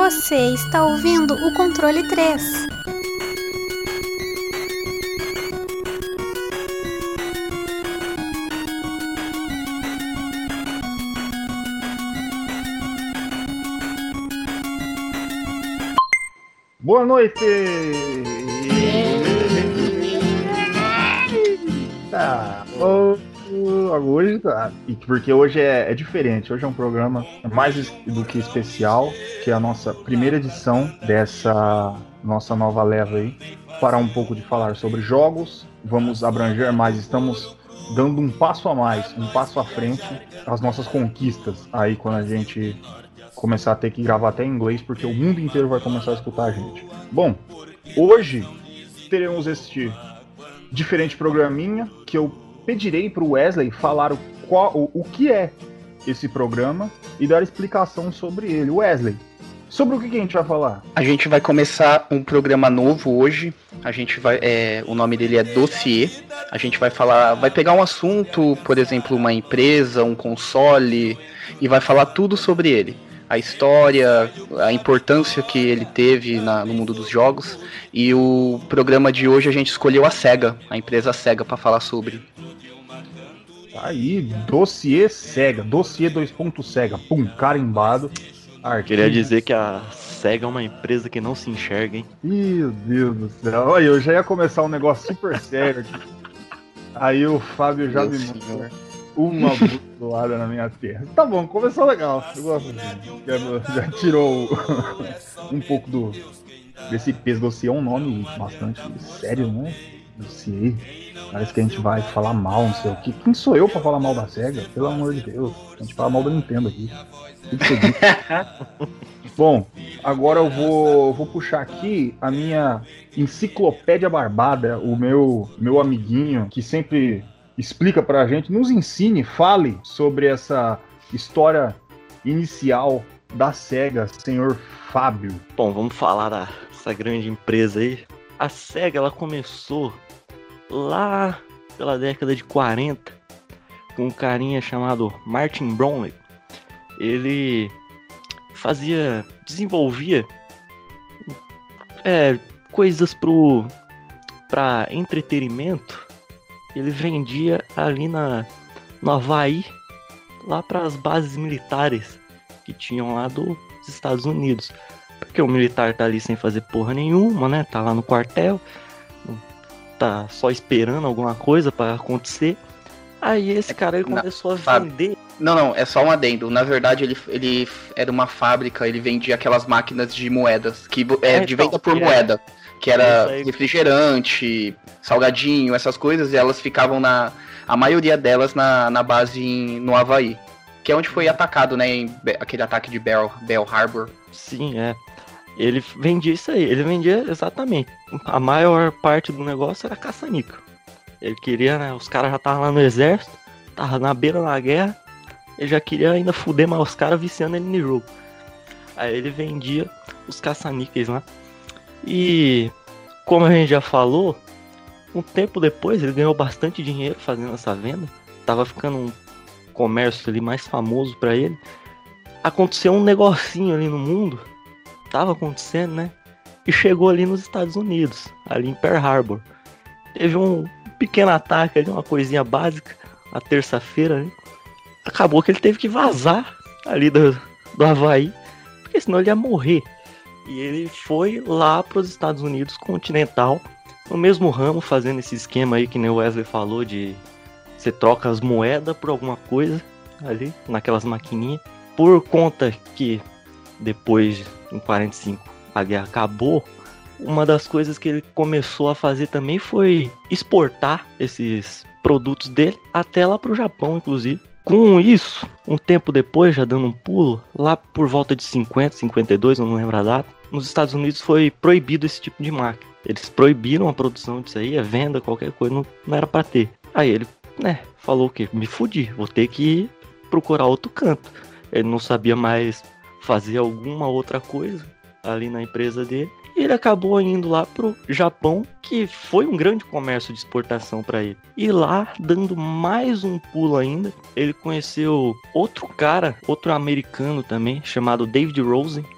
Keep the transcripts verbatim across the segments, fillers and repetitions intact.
Você está ouvindo o Controle três. Boa noite! Tá, hoje tá. Porque hoje é, é diferente. Hoje é um programa mais do que especial, que é a nossa primeira edição dessa nossa nova leva aí. Parar um pouco de falar sobre jogos, vamos abranger mais, estamos dando um passo a mais, um passo à frente, as nossas conquistas aí quando a gente começar a ter que gravar até em inglês, porque o mundo inteiro vai começar a escutar a gente. Bom, hoje teremos este diferente programinha que eu pedirei para o Wesley falar o, qual, o, o que é esse programa e dar explicação sobre ele. Wesley, sobre o que, que a gente vai falar? A gente vai começar um programa novo hoje. A gente vai, é, o nome dele é Dossiê. A gente vai falar, vai pegar um assunto, por exemplo, uma empresa, um console, e vai falar tudo sobre ele. A história, a importância que ele teve na, no mundo dos jogos. E o programa de hoje a gente escolheu a SEGA, a empresa SEGA, para falar sobre. Aí, Dossiê SEGA, Dossiê dois ponto SEGA, pum, carimbado. Arquivo. Queria dizer que a SEGA é uma empresa que não se enxerga, hein? Meu Deus do céu, olha, eu já ia começar um negócio super sério aqui. Aí o Fábio já me mandou uma butulada na minha terra. Tá bom, começou legal. Eu gosto assim. Já tirou um pouco do desse peso. Dossiê é um nome bastante sério, né? Dossiê. Parece que a gente vai falar mal, não sei o que. Quem sou eu pra falar mal da SEGA? Pelo amor de Deus. A gente fala mal da Nintendo aqui. Tudo seguido. Bom, agora eu vou, vou puxar aqui a minha enciclopédia barbada, o meu, meu amiguinho que sempre explica pra gente, nos ensine, fale sobre essa história inicial da SEGA, senhor Fábio. Bom, vamos falar dessa grande empresa aí. A SEGA, ela começou lá pela década de quarenta com um carinha chamado Martin Brownlee. Ele fazia, desenvolvia é, coisas pro, pra entretenimento. Ele vendia ali na, no Havaí, lá para as bases militares que tinham lá dos Estados Unidos. Porque o militar tá ali sem fazer porra nenhuma, né? Tá lá no quartel, tá só esperando alguma coisa para acontecer. Aí esse cara ele começou não, a vender. Não, não, é só um adendo. Na verdade, ele, ele era uma fábrica, ele vendia aquelas máquinas de moedas, que é, é de venda por moeda. Que era refrigerante, salgadinho, essas coisas, e elas ficavam na. A maioria delas na, na base em, no Havaí. Que é onde foi atacado, né? Em, aquele ataque de Bell, Bell Harbor. Sim, é. Ele vendia isso aí, ele vendia exatamente. A maior parte do negócio era caça-níquel. Ele queria, né? Os caras já estavam lá no exército, tava na beira da guerra, ele já queria ainda fuder mais os caras viciando ele no jogo. Aí ele vendia os caça-níqueis lá. E como a gente já falou, um tempo depois ele ganhou bastante dinheiro fazendo essa venda. Tava ficando um comércio ali mais famoso pra ele. Aconteceu um negocinho ali no mundo. Tava acontecendo, né? E chegou ali nos Estados Unidos, ali em Pearl Harbor. Teve um pequeno ataque ali, uma coisinha básica, na terça-feira, né? Acabou que ele teve que vazar ali do, do Havaí, porque senão ele ia morrer. E ele foi lá para os Estados Unidos continental, no mesmo ramo, fazendo esse esquema aí que nem o Wesley falou, de você troca as moedas por alguma coisa ali, naquelas maquininhas. Por conta que depois, em quarenta e cinco, a guerra acabou, uma das coisas que ele começou a fazer também foi exportar esses produtos dele até lá para o Japão, inclusive. Com isso, um tempo depois, já dando um pulo, lá por volta de cinquenta, cinquenta e dois, eu não lembro a data, nos Estados Unidos foi proibido esse tipo de máquina. Eles proibiram a produção disso aí, a venda, qualquer coisa, não, não era para ter. Aí ele, né, falou o quê? Me fudi, vou ter que procurar outro canto. Ele não sabia mais fazer alguma outra coisa ali na empresa dele. E ele acabou indo lá pro Japão, que foi um grande comércio de exportação para ele. E lá, dando mais um pulo ainda, ele conheceu outro cara, outro americano também, chamado David Rosen,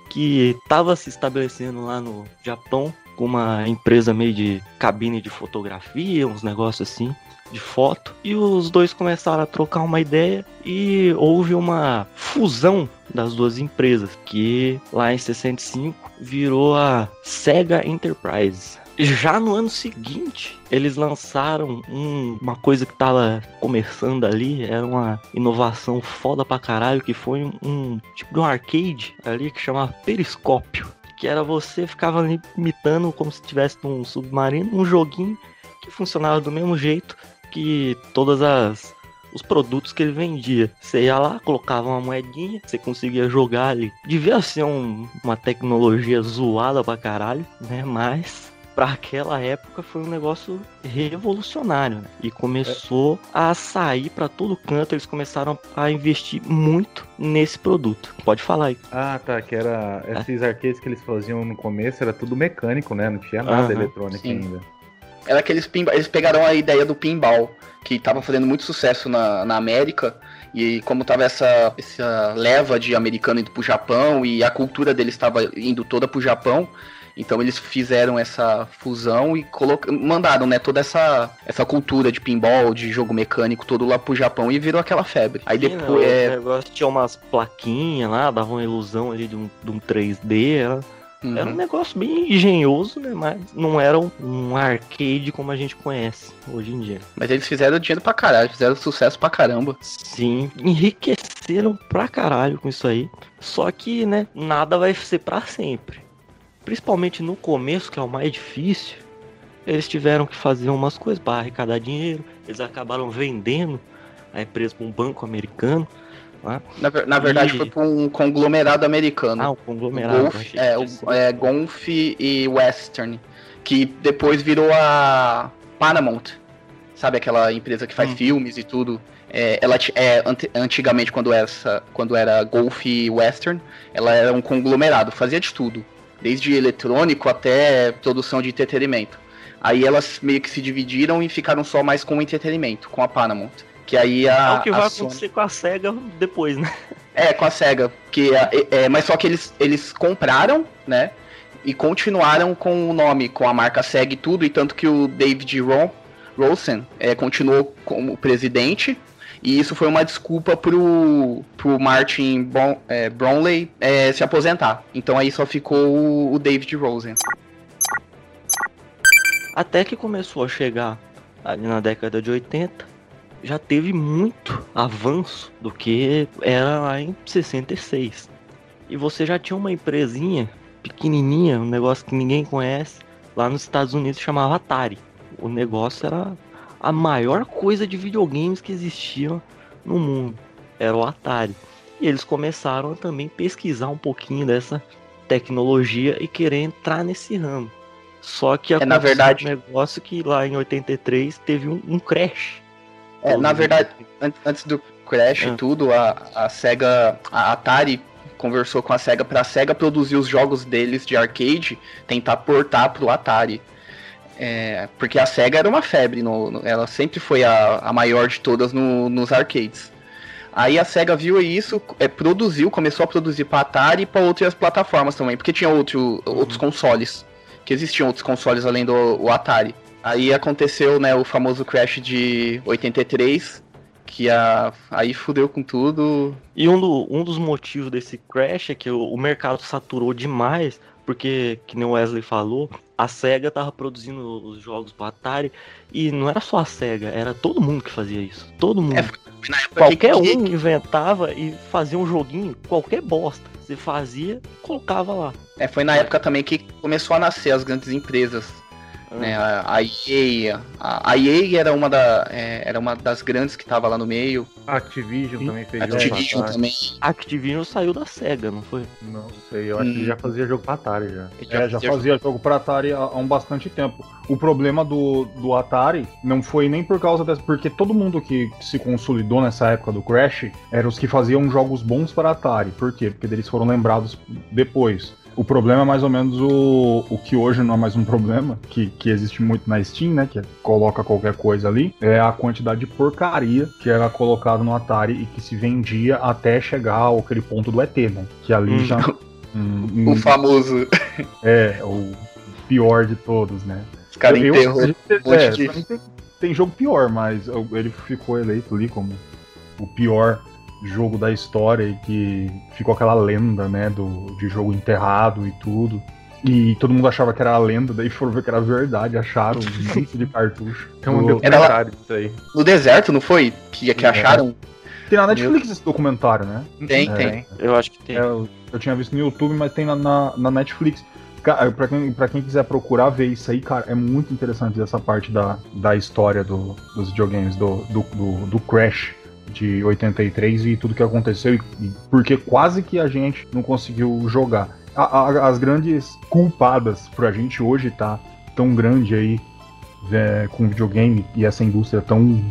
que estava se estabelecendo lá no Japão com uma empresa meio de cabine de fotografia, uns negócios assim, de foto. E os dois começaram a trocar uma ideia e houve uma fusão das duas empresas, que lá em sessenta e cinco virou a Sega Enterprise. Já no ano seguinte, eles lançaram um, uma coisa que tava começando ali, era uma inovação foda pra caralho, que foi um, um tipo de um arcade ali que chamava Periscópio, que era você ficava ali imitando como se estivesse num submarino, um joguinho que funcionava do mesmo jeito que todas as os produtos que ele vendia. Você ia lá, colocava uma moedinha, você conseguia jogar ali. Devia ser um, uma tecnologia zoada pra caralho, né? Mas pra aquela época foi um negócio revolucionário, né? E começou é. a sair pra todo canto. Eles começaram a investir muito nesse produto. Pode falar aí. Ah, tá, que era esses arcades que eles faziam no começo, era tudo mecânico, né? Não tinha nada uhum, eletrônico sim. ainda. Era aqueles pinball, eles pegaram a ideia do pinball, que estava fazendo muito sucesso na, na América, e como tava essa, essa leva de americano indo pro Japão, e a cultura deles estava indo toda pro Japão, então eles fizeram essa fusão e coloca, mandaram, né, toda essa, essa cultura de pinball, de jogo mecânico, todo lá pro Japão, e virou aquela febre. Aí Sim, depois... Não, é... O negócio tinha umas plaquinhas lá, dava uma ilusão ali de um, de um três D, era... Uhum. Era um negócio bem engenhoso, né? Mas não era um, um arcade como a gente conhece hoje em dia. Mas eles fizeram dinheiro pra caralho, fizeram sucesso pra caramba. Sim, enriqueceram pra caralho com isso aí. Só que, né, nada vai ser pra sempre. Principalmente no começo, que é o mais difícil. Eles tiveram que fazer umas coisas para arrecadar dinheiro. Eles acabaram vendendo a empresa pra um banco americano. Ah, na, na verdade e... foi para um conglomerado americano. Ah, um conglomerado. Golf, é, o, é, Gonf e Western, que depois virou a Paramount, sabe aquela empresa que faz hum. filmes e tudo. É, ela é, antigamente quando, essa, quando era Golf e Western, ela era um conglomerado, fazia de tudo, desde eletrônico até produção de entretenimento. Aí elas meio que se dividiram e ficaram só mais com o entretenimento, com a Paramount. Que aí a, é o que vai Sony... acontecer com a SEGA depois, né? É, com a SEGA. Que é, é, mas só que eles, eles compraram, né? E continuaram com o nome, com a marca SEGA e tudo. E tanto que o David Ron, Rosen é, continuou como presidente. E isso foi uma desculpa pro, pro Martin Bron, é, Brownlee é, se aposentar. Então aí só ficou o, o David Rosen. Até que começou a chegar ali na década de oitenta. Já teve muito avanço do que era lá em sessenta e seis. E você já tinha uma empresinha pequenininha, um negócio que ninguém conhece, lá nos Estados Unidos, chamava Atari. O negócio era a maior coisa de videogames que existia no mundo. Era o Atari. E eles começaram a também pesquisar um pouquinho dessa tecnologia e querer entrar nesse ramo. Só que é, na verdade, um negócio que lá em oitenta e três teve um, um crash. É, na verdade, antes do crash e tudo, a, a SEGA, a Atari conversou com a SEGA para a SEGA produzir os jogos deles de arcade, tentar portar pro Atari. É, porque a SEGA era uma febre, no, no, ela sempre foi a, a maior de todas no, nos arcades. Aí a SEGA viu isso, é, produziu, começou a produzir para Atari e para outras plataformas também, porque tinha outro, uhum. outros consoles, que existiam outros consoles além do o Atari. Aí aconteceu, né, o famoso crash de oitenta e três, que a, aí fudeu com tudo. E um, do, um dos motivos desse crash é que o, o mercado saturou demais, porque, que nem o Wesley falou, a SEGA tava produzindo os jogos pro Atari, e não era só a SEGA, era todo mundo que fazia isso. Todo mundo. É, qualquer que... um inventava e fazia um joguinho, qualquer bosta. Você fazia, colocava lá. É, foi na época também que começou a nascer as grandes empresas. Né, a, a E A, a, a E A era uma, da, é, era uma das grandes que tava lá no meio. A Activision Sim. também fez Activision jogo Activision também. A Activision saiu da SEGA, não foi? Não sei, eu acho hum. que já fazia jogo pra Atari já. É, já fazia jogo pra Atari há, há um bastante tempo. O problema do, do Atari não foi nem por causa dessa, porque todo mundo que se consolidou nessa época do Crash eram os que faziam jogos bons para Atari. Por quê? Porque eles foram lembrados depois. O problema é mais ou menos o, o que hoje não é mais um problema, que, que existe muito na Steam, né? Que coloca qualquer coisa ali. É a quantidade de porcaria que era colocada no Atari e que se vendia até chegar àquele ponto do E T, né? Que ali hum. já, Um, um, O famoso. É, o pior de todos, né? Os caras Eu- enterrou eu- um monte é, de- pra mim tem, tem jogo pior, mas eu- ele ficou eleito ali como o pior jogo da história e que ficou aquela lenda, né, do, de jogo enterrado e tudo. E todo mundo achava que era lenda, daí foram ver que era verdade, acharam um monte de cartucho. Tem um Do- documentário disso aí. No deserto, não foi? Que, que É. acharam? Tem na Netflix esse documentário, né? Tem, É. tem. Eu acho que tem. É, eu, eu tinha visto no YouTube, mas tem na, na, na Netflix. Cara, pra quem, pra quem quiser procurar ver isso aí, cara, é muito interessante essa parte da, da história do, dos videogames, do, do, do, do Crash de oitenta e três e tudo que aconteceu, e, e porque quase que a gente não conseguiu jogar. A, a, as grandes culpadas pra gente hoje tá tão grande aí é, com videogame e essa indústria tão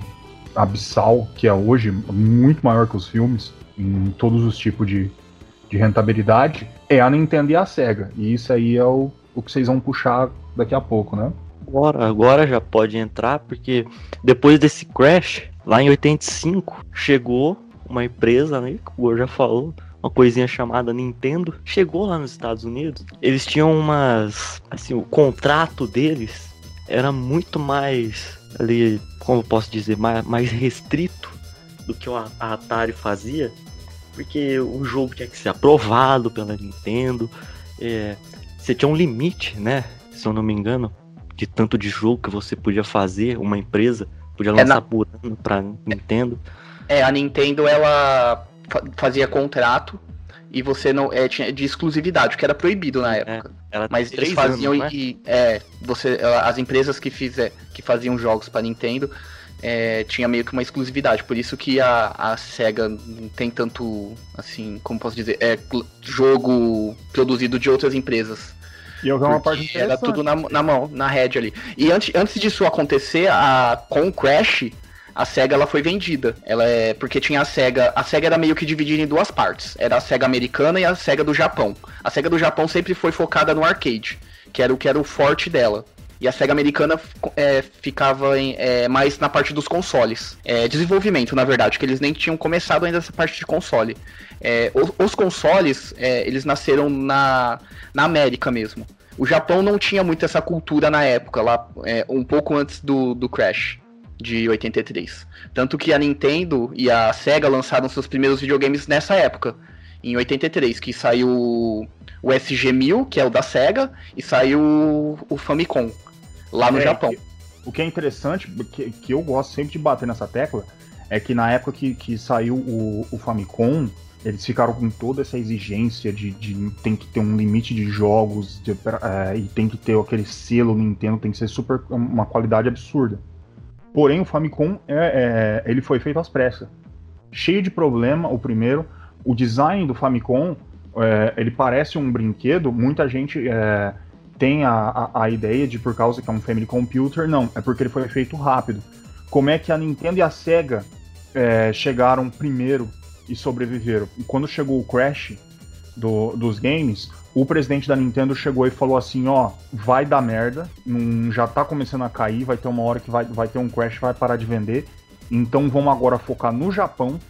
abissal que é hoje, muito maior que os filmes, em todos os tipos de, de rentabilidade, é a Nintendo e a Sega. E isso aí é o, o que vocês vão puxar daqui a pouco, né? Agora, agora já pode entrar, porque depois desse Crash, lá em oitenta e cinco, chegou uma empresa, né, que o Igor já falou, uma coisinha chamada Nintendo, chegou lá nos Estados Unidos. Eles tinham umas, assim, o contrato deles era muito mais, ali, como eu posso dizer, mais, mais restrito do que a a Atari fazia, porque o jogo tinha que ser aprovado pela Nintendo, é, você tinha um limite, né, se eu não me engano, de tanto de jogo que você podia fazer, uma empresa podia lançar na- por ano pra Nintendo. É, a Nintendo, ela fa- fazia contrato e você não... É, tinha de exclusividade, o que era proibido na época. Era Mas três eles faziam anos, né? e, é, você, as empresas que, fizer, que faziam jogos pra Nintendo é, tinha meio que uma exclusividade. Por isso que a, a SEGA não tem tanto, assim, como posso dizer, é cl- jogo produzido de outras empresas. E eu vi uma Porque parte era interessante. tudo na, na mão, na rede ali. E antes, antes disso acontecer, a, com o Crash, a SEGA ela foi vendida. Ela é porque tinha a SEGA, a SEGA era meio que dividida em duas partes. Era a SEGA americana e a SEGA do Japão. A SEGA do Japão sempre foi focada no arcade, que era o que era o forte dela. E a SEGA americana é, ficava em, é, mais na parte dos consoles. É, desenvolvimento, na verdade, que eles nem tinham começado ainda essa parte de console. É, os, os consoles, é, eles nasceram na, na América mesmo. O Japão não tinha muito essa cultura na época, lá é, um pouco antes do, do Crash, de oitenta e três. Tanto que a Nintendo e a SEGA lançaram seus primeiros videogames nessa época, em oitenta e três, que saiu o S G mil, que é o da SEGA, e saiu o, o Famicom, lá no É, Japão. que- O que é interessante, que, que eu gosto sempre de bater nessa tecla, é que na época que, que saiu o, o Famicom, eles ficaram com toda essa exigência de, de tem que ter um limite de jogos de, é, e tem que ter aquele selo Nintendo, tem que ser super uma qualidade absurda. Porém, o Famicom é, é, ele foi feito às pressas, cheio de problema. O primeiro, o design do Famicom, é, ele parece um brinquedo. Muita gente é, tem a, a, a ideia de por causa que é um family computer, não, é porque ele foi feito rápido. Como é que a Nintendo e a Sega é, chegaram primeiro e sobreviveram? E quando chegou o Crash do, dos games, o presidente da Nintendo chegou e falou assim, ó, vai dar merda, não, já tá começando a cair, vai ter uma hora que vai, vai ter um Crash, vai parar de vender, então vamos agora focar no Japão,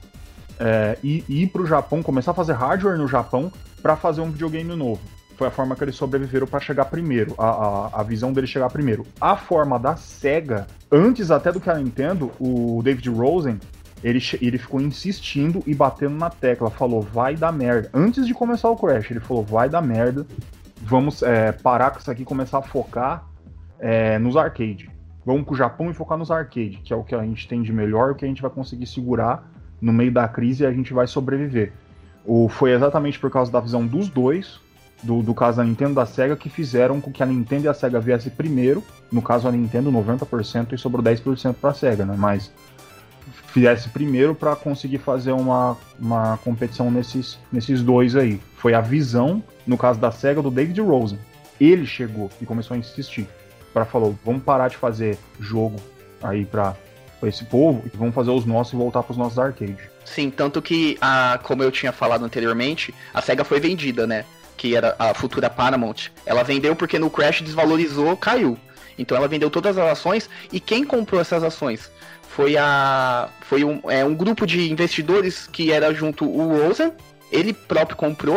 é, e, e ir pro Japão, começar a fazer hardware no Japão para fazer um videogame novo. Foi a forma que eles sobreviveram para chegar primeiro, a, a, a visão deles chegar primeiro. A forma da SEGA, antes até do que a Nintendo, o David Rosen, ele, ele ficou insistindo e batendo na tecla, falou, vai dar merda. Antes de começar o Crash, ele falou, vai dar merda, vamos é, parar com isso aqui e começar a focar é, nos arcade. Vamos pro Japão e focar nos arcade, que é o que a gente tem de melhor, o que a gente vai conseguir segurar no meio da crise e a gente vai sobreviver. O, foi exatamente por causa da visão dos dois, do, do caso da Nintendo e da SEGA, que fizeram com que a Nintendo e a SEGA viessem primeiro, no caso a Nintendo noventa por cento e sobrou dez por cento pra SEGA, né? Mas fizesse primeiro para conseguir fazer uma, uma competição nesses, nesses dois aí. Foi a visão, no caso da SEGA, do David Rosen. Ele chegou e começou a insistir. Para falou, vamos parar de fazer jogo aí para esse povo e vamos fazer os nossos e voltar para os nossos arcades. Sim, tanto que, a, como eu tinha falado anteriormente, a SEGA foi vendida, né? Que era a futura Paramount. Ela vendeu porque no Crash desvalorizou, caiu. Então ela vendeu todas as ações. E quem comprou essas ações? Foi, a, foi um, é, um grupo de investidores que era junto o Rosen, ele próprio comprou,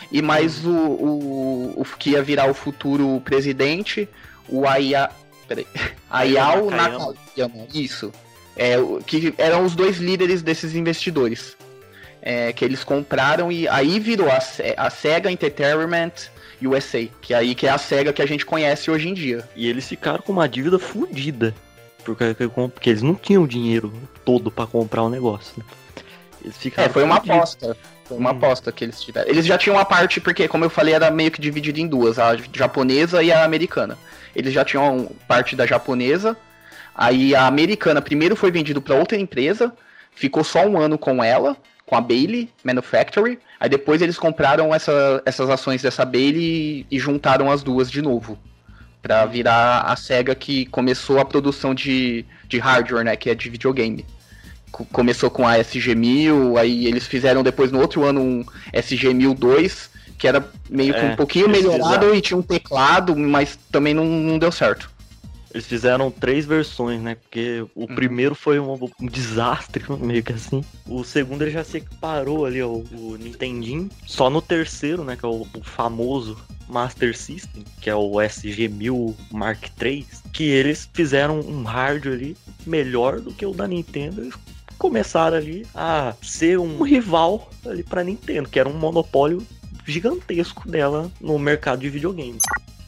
e mais o, o, o que ia virar o futuro presidente, o Aya, peraí, Hayao Nakayama, isso, é, que eram os dois líderes desses investidores, é, que eles compraram e aí virou a, a Sega Entertainment U S A, que aí que é a Sega que a gente conhece hoje em dia. E eles ficaram com uma dívida fodida, porque, porque eles não tinham o dinheiro todo pra comprar o negócio, né? Eles ficaram é, foi uma fudidos. aposta. Foi uma hum. aposta que eles tiveram. Eles já tinham uma parte, porque, como eu falei, era meio que dividido em duas, a japonesa e a americana. Eles já tinham parte da japonesa, aí a americana primeiro foi vendido para outra empresa, ficou só um ano com ela, com a Bailey Manufacturing, aí depois eles compraram essa, essas ações dessa Bailey e, e juntaram as duas de novo, para virar a Sega que começou a produção de, de hardware, né, que é de videogame. Começou com a S G mil, aí eles fizeram depois no outro ano um S G mil dois, que era meio que é, um pouquinho melhorado fizeram. E tinha um teclado, mas também não, não deu certo. Eles fizeram três versões, né? Porque o uhum. primeiro foi um, um desastre, meio que assim. O segundo ele já separou ali, ó, o Nintendinho. Só no terceiro, né? Que é o, o famoso Master System, que é o S G mil Mark três, que eles fizeram um hardware ali melhor do que o da Nintendo e começaram ali a ser um rival ali pra Nintendo, que era um monopólio gigantesco dela no mercado de videogame.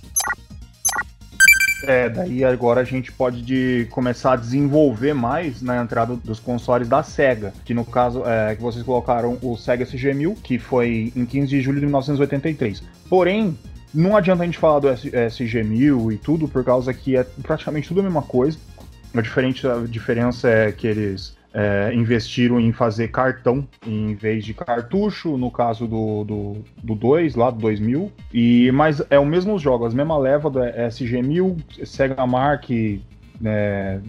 É, daí agora a gente pode de começar a desenvolver mais na entrada dos consoles da Sega, que no caso é que vocês colocaram o Sega S G mil, que foi em quinze de julho de mil novecentos e oitenta e três. Porém, não adianta a gente falar do S G mil e tudo, por causa que é praticamente tudo a mesma coisa. A, diferente, a diferença é que eles é, investiram em fazer cartão em vez de cartucho, no caso do do, do dois, lá do dois mil. E, mas é o mesmo jogo, as mesma leva do S G mil, Sega Mark é,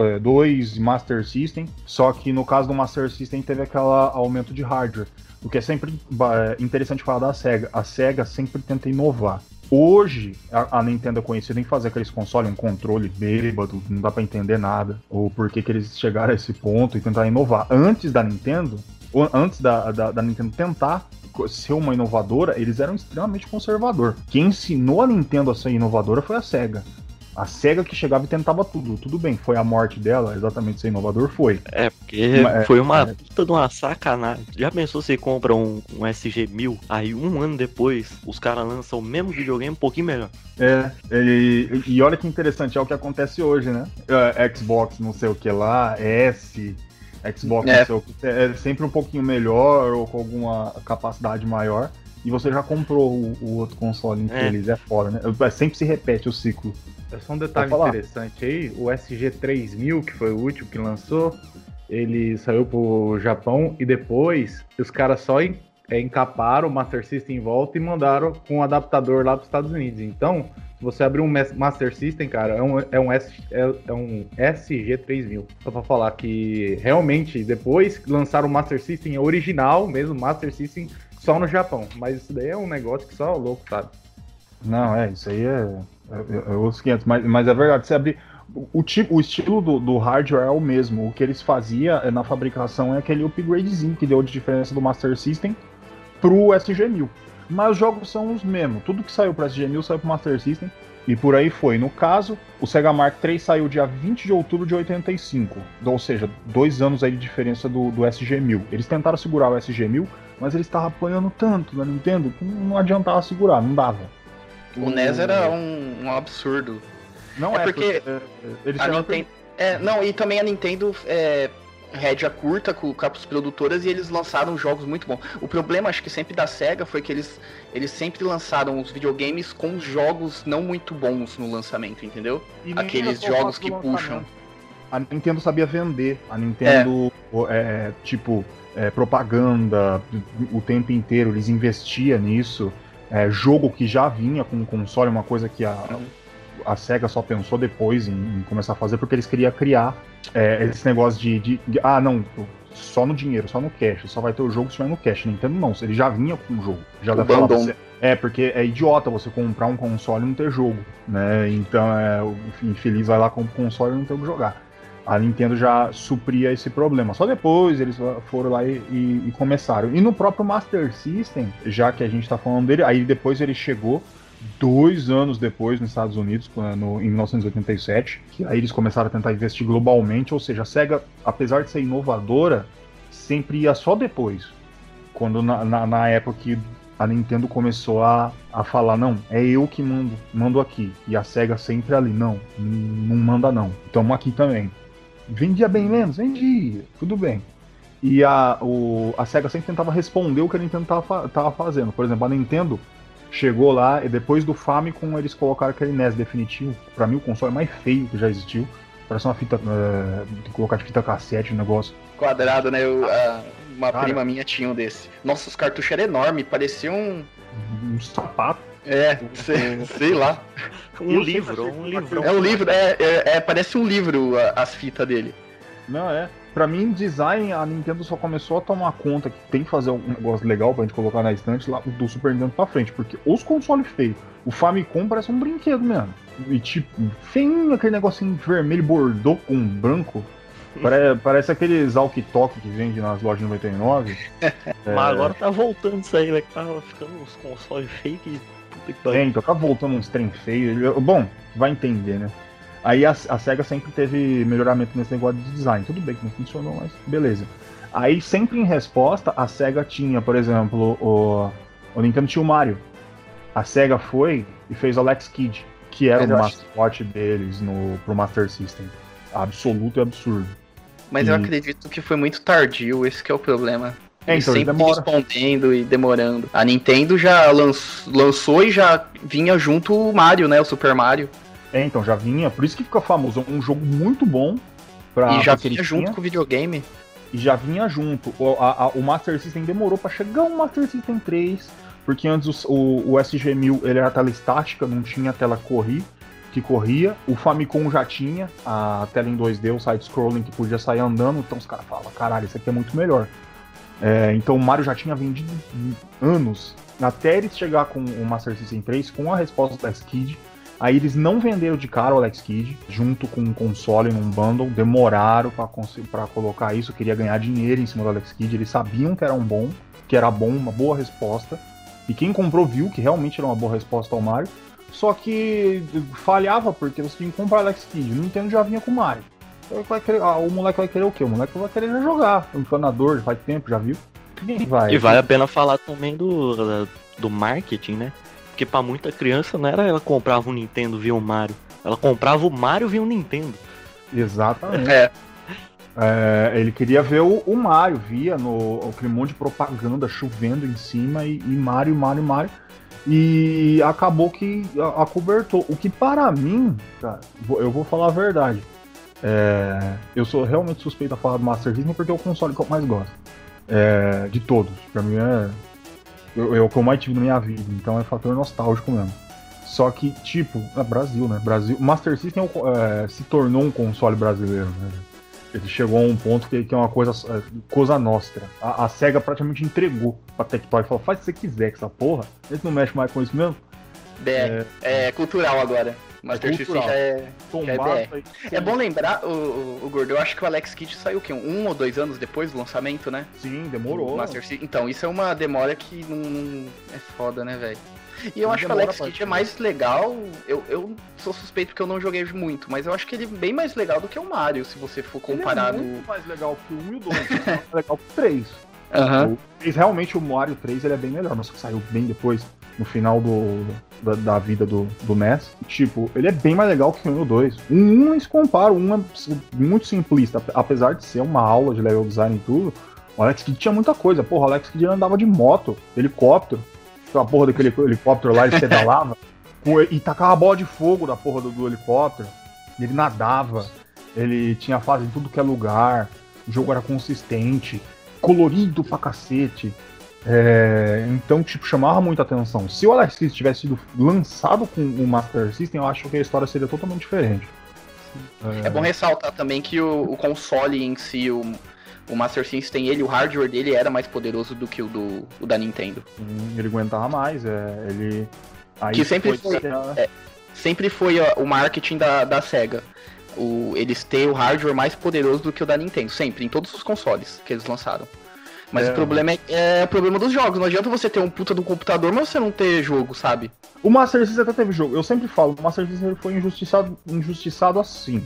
dois, Master System. Só que no caso do Master System teve aquele aumento de hardware. O que é sempre interessante falar da Sega. A Sega sempre tenta inovar. Hoje, a, a Nintendo é conhecida em fazer aqueles consoles, um controle bêbado, não dá pra entender nada. Ou por que que eles chegaram a esse ponto e tentar inovar. Antes da Nintendo, ou antes da, da, da Nintendo tentar ser uma inovadora, eles eram extremamente conservador. Quem ensinou a Nintendo a ser inovadora foi a Sega. A Sega que chegava e tentava tudo. Tudo bem, foi a morte dela, exatamente ser inovador, foi. É, porque Mas, foi uma é, puta de uma sacanagem. Já pensou se compra um, um S G mil, aí um ano depois os caras lançam o mesmo videogame um pouquinho melhor. É, e, e olha que interessante, é o que acontece hoje, né? É, Xbox não sei o que lá, S, Xbox é. não sei o que, é sempre um pouquinho melhor ou com alguma capacidade maior. E você já comprou o, o outro console infeliz, é. é foda, né? Sempre se repete o ciclo. É só um detalhe interessante aí, o S G três mil, que foi o último que lançou, ele saiu pro Japão e depois os caras só encaparam o Master System em volta e mandaram com um adaptador lá pros Estados Unidos. Então, se você abrir um Master System, cara, é um, é um, S, é, é um S G três mil. Só pra falar que realmente depois lançaram o Master System original, mesmo Master System, só no Japão. Mas isso daí é um negócio que só o louco sabe. Não, é, isso aí é... É, é os quinhentos, mas, mas é verdade, você abrir o, tipo, o estilo do, do hardware é o mesmo. O que eles faziam na fabricação é aquele upgradezinho que deu de diferença do Master System pro S G mil. Mas os jogos são os mesmos. Tudo que saiu pro S G mil saiu pro Master System e por aí foi. No caso, o Sega Mark três saiu dia vinte de outubro de oitenta e cinco, ou seja, dois anos aí de diferença do, do S G mil. Eles tentaram segurar o S G mil, mas eles estavam apanhando tanto na Nintendo que não adiantava segurar, não dava. O N E S era um, um absurdo. Não é, é porque, porque eles a Nintendo, é, não, e também a Nintendo é rédea curta com, com as produtoras e eles lançaram jogos muito bons. O problema, acho que sempre da Sega, foi que eles, eles sempre lançaram os videogames com jogos não muito bons no lançamento, entendeu? Aqueles jogos que puxam. A Nintendo sabia vender. A Nintendo, é. É, tipo, é, propaganda o tempo inteiro. Eles investiam nisso. É, jogo que já vinha com o console, uma coisa que a, a Sega só pensou depois em, em começar a fazer, porque eles queriam criar é, esse negócio de, de, de ah, não, só no dinheiro, só no cash, só vai ter o jogo se tiver no cash. Nintendo não, ele já vinha com o jogo. Já dá pra falar pra você. É, porque é idiota você comprar um console e não ter jogo, né? Então, é, o infeliz vai lá com o console e não ter o que jogar. A Nintendo já supria esse problema. Só depois eles foram lá e, e, e começaram. E no próprio Master System, já que a gente tá falando dele, aí depois ele chegou dois anos depois nos Estados Unidos, no, em mil novecentos e oitenta e sete, que aí eles começaram a tentar investir globalmente, ou seja, a SEGA, apesar de ser inovadora, sempre ia só depois. Quando na, na, na época que a Nintendo começou a, a falar, não, é eu que mando, mando aqui. E a SEGA sempre ali, não, não manda não. Estamos aqui também. Vendia bem menos? Vendia, tudo bem. E a, o, a SEGA sempre tentava responder o que a Nintendo tava, tava fazendo. Por exemplo, a Nintendo chegou lá e depois do Famicom eles colocaram aquele N E S definitivo. Pra mim o console mais feio que já existiu. Parece uma fita, uh, de colocar de fita cassete o negócio. Quadrado, né? Eu, a, uma Cara, prima minha tinha um desse. Nossa, os cartuchos eram enormes, parecia um... Um sapato. É, sei, sei lá. Um Eu livro, sempre um achei livro. É um livro, é, é, é, parece um livro a- as fitas dele. Não, é. Pra mim, design, a Nintendo só começou a tomar conta que tem que fazer um negócio legal pra gente colocar na estante lá do Super Nintendo pra frente. Porque os consoles feios, o Famicom parece um brinquedo mesmo. E tipo, feinho, aquele negocinho vermelho bordô com branco. Pare- parece aqueles walkie-talkie que vende nas lojas de noventa e nove. Mas agora tá voltando isso aí, né? Que tava ficando uns consoles fake. Puta que É, pariu. então tá voltando uns trem feios. Bom, vai entender, né? Aí a, a SEGA sempre teve melhoramento nesse negócio de design. Tudo bem que não funcionou, mas beleza. Aí sempre em resposta, a SEGA tinha, por exemplo, o, o Nintendo tinha o Mario. A SEGA foi e fez o Alex Kidd, que era Mas o eu acho- mascote deles no, pro Master System. Absoluto e absurdo. Mas eu E- acredito que foi muito tardio, esse que é o problema. É, Eles então, ele sempre demora. respondendo e demorando. A Nintendo já lanç- lançou e já vinha junto o Mario, né? O Super Mario. É, então já vinha, por isso que fica famoso. Um jogo muito bom pra. e já pra que ele vinha junto tinha. com o videogame. E já vinha junto. O, a- a- o Master System demorou pra chegar o Master System três, porque antes o, o, o S G mil ele era tela estática, não tinha tela corri, que corria. O Famicom já tinha a tela em dois D, o side-scrolling que podia sair andando, então os caras falavam, caralho, isso aqui é muito melhor. É, então o Mario já tinha vendido anos, até eles chegar com o Master System três, com a resposta do Alex Kidd. Aí eles não venderam de cara o Alex Kidd, junto com um console num bundle, demoraram pra, cons- pra colocar isso, queria ganhar dinheiro em cima do Alex Kidd, eles sabiam que era um bom, que era bom, uma boa resposta, e quem comprou viu que realmente era uma boa resposta ao Mario, só que falhava porque você tinha que comprar Alex Kidd, o Nintendo já vinha com o Mario. Então vai querer, ah, o moleque vai querer o quê? O moleque vai querer já jogar, um encanador, faz tempo, já viu? Ninguém vai. E vale a pena falar também do, do marketing, né? Porque pra muita criança não era ela comprava um Nintendo via um Mario. Ela comprava o Mario via um Nintendo. Exatamente. É. É, ele queria ver o, o Mario, via no aquele monte de propaganda chovendo em cima e, e Mario, Mario, Mario. E acabou que a- acobertou. O que para mim, cara, vou- eu vou falar a verdade. É, eu sou realmente suspeito a falar do Master System porque é o console que eu mais gosto. É, de todos. Pra mim é, eu- é o que eu mais tive na minha vida. Então é fator nostálgico mesmo. Só que, tipo, é Brasil, né? Brasil. O Master System é o- é, se tornou um console brasileiro, né? Ele chegou a um ponto que, que é uma coisa, é, coisa nostra. A, a SEGA praticamente entregou pra Tectoy e falou: faz o que você quiser com essa porra. Eles não mexem mais com isso mesmo. É, é cultural agora. Master System cultural. já é. Tombar, é B R. É bom lembrar, o, o, o Gordo, eu acho que o Alex Kidd saiu o quê? Um ou dois anos depois do lançamento, né? Sim, demorou. O Master System. Então, isso é uma demora que não, não é foda, né, velho? E eu Não acho que o demora Alex pra Kidd é chegar. mais legal. Eu, eu sou suspeito porque eu não joguei muito, mas eu acho que ele é bem mais legal do que o Mario, se você for comparar Ele é no. muito mais legal que o um e o dois. Ele é mais legal que o três. Aham. O três, realmente o Mario três ele é bem melhor, mas só que saiu bem depois, no final do, da, da vida do, do N E S. Tipo, ele é bem mais legal que o um e o dois. O um nem se compara, o um é muito simplista, apesar de ser uma aula de level design e tudo. O Alex Kidd tinha muita coisa. Porra, o Alex Kidd andava de moto, helicóptero. A porra daquele helicóptero lá, ele pedalava com- e tacava a bola de fogo da porra do, do helicóptero. Ele nadava, ele tinha fase em tudo que é lugar, o jogo era consistente, colorido pra cacete. É, então, tipo, chamava muita atenção. Se o Alex Kidd tivesse sido lançado com o Master System, eu acho que a história seria totalmente diferente. É bom ressaltar também que o, o console em si, o, o Master System, ele, o hardware dele era mais poderoso do que o, do, o da Nintendo. Hum, Ele aguentava mais, é, ele. Aí Que sempre foi- a- Sempre foi ó, o marketing da, da SEGA. o, eles têm o hardware mais poderoso do que o da Nintendo, sempre, em todos os consoles que eles lançaram. Mas é. o problema é, é o problema dos jogos. Não adianta você ter um puta do computador, mas você não ter jogo, sabe? O Master System até teve jogo. Eu sempre falo, o Master System foi injustiçado, injustiçado assim.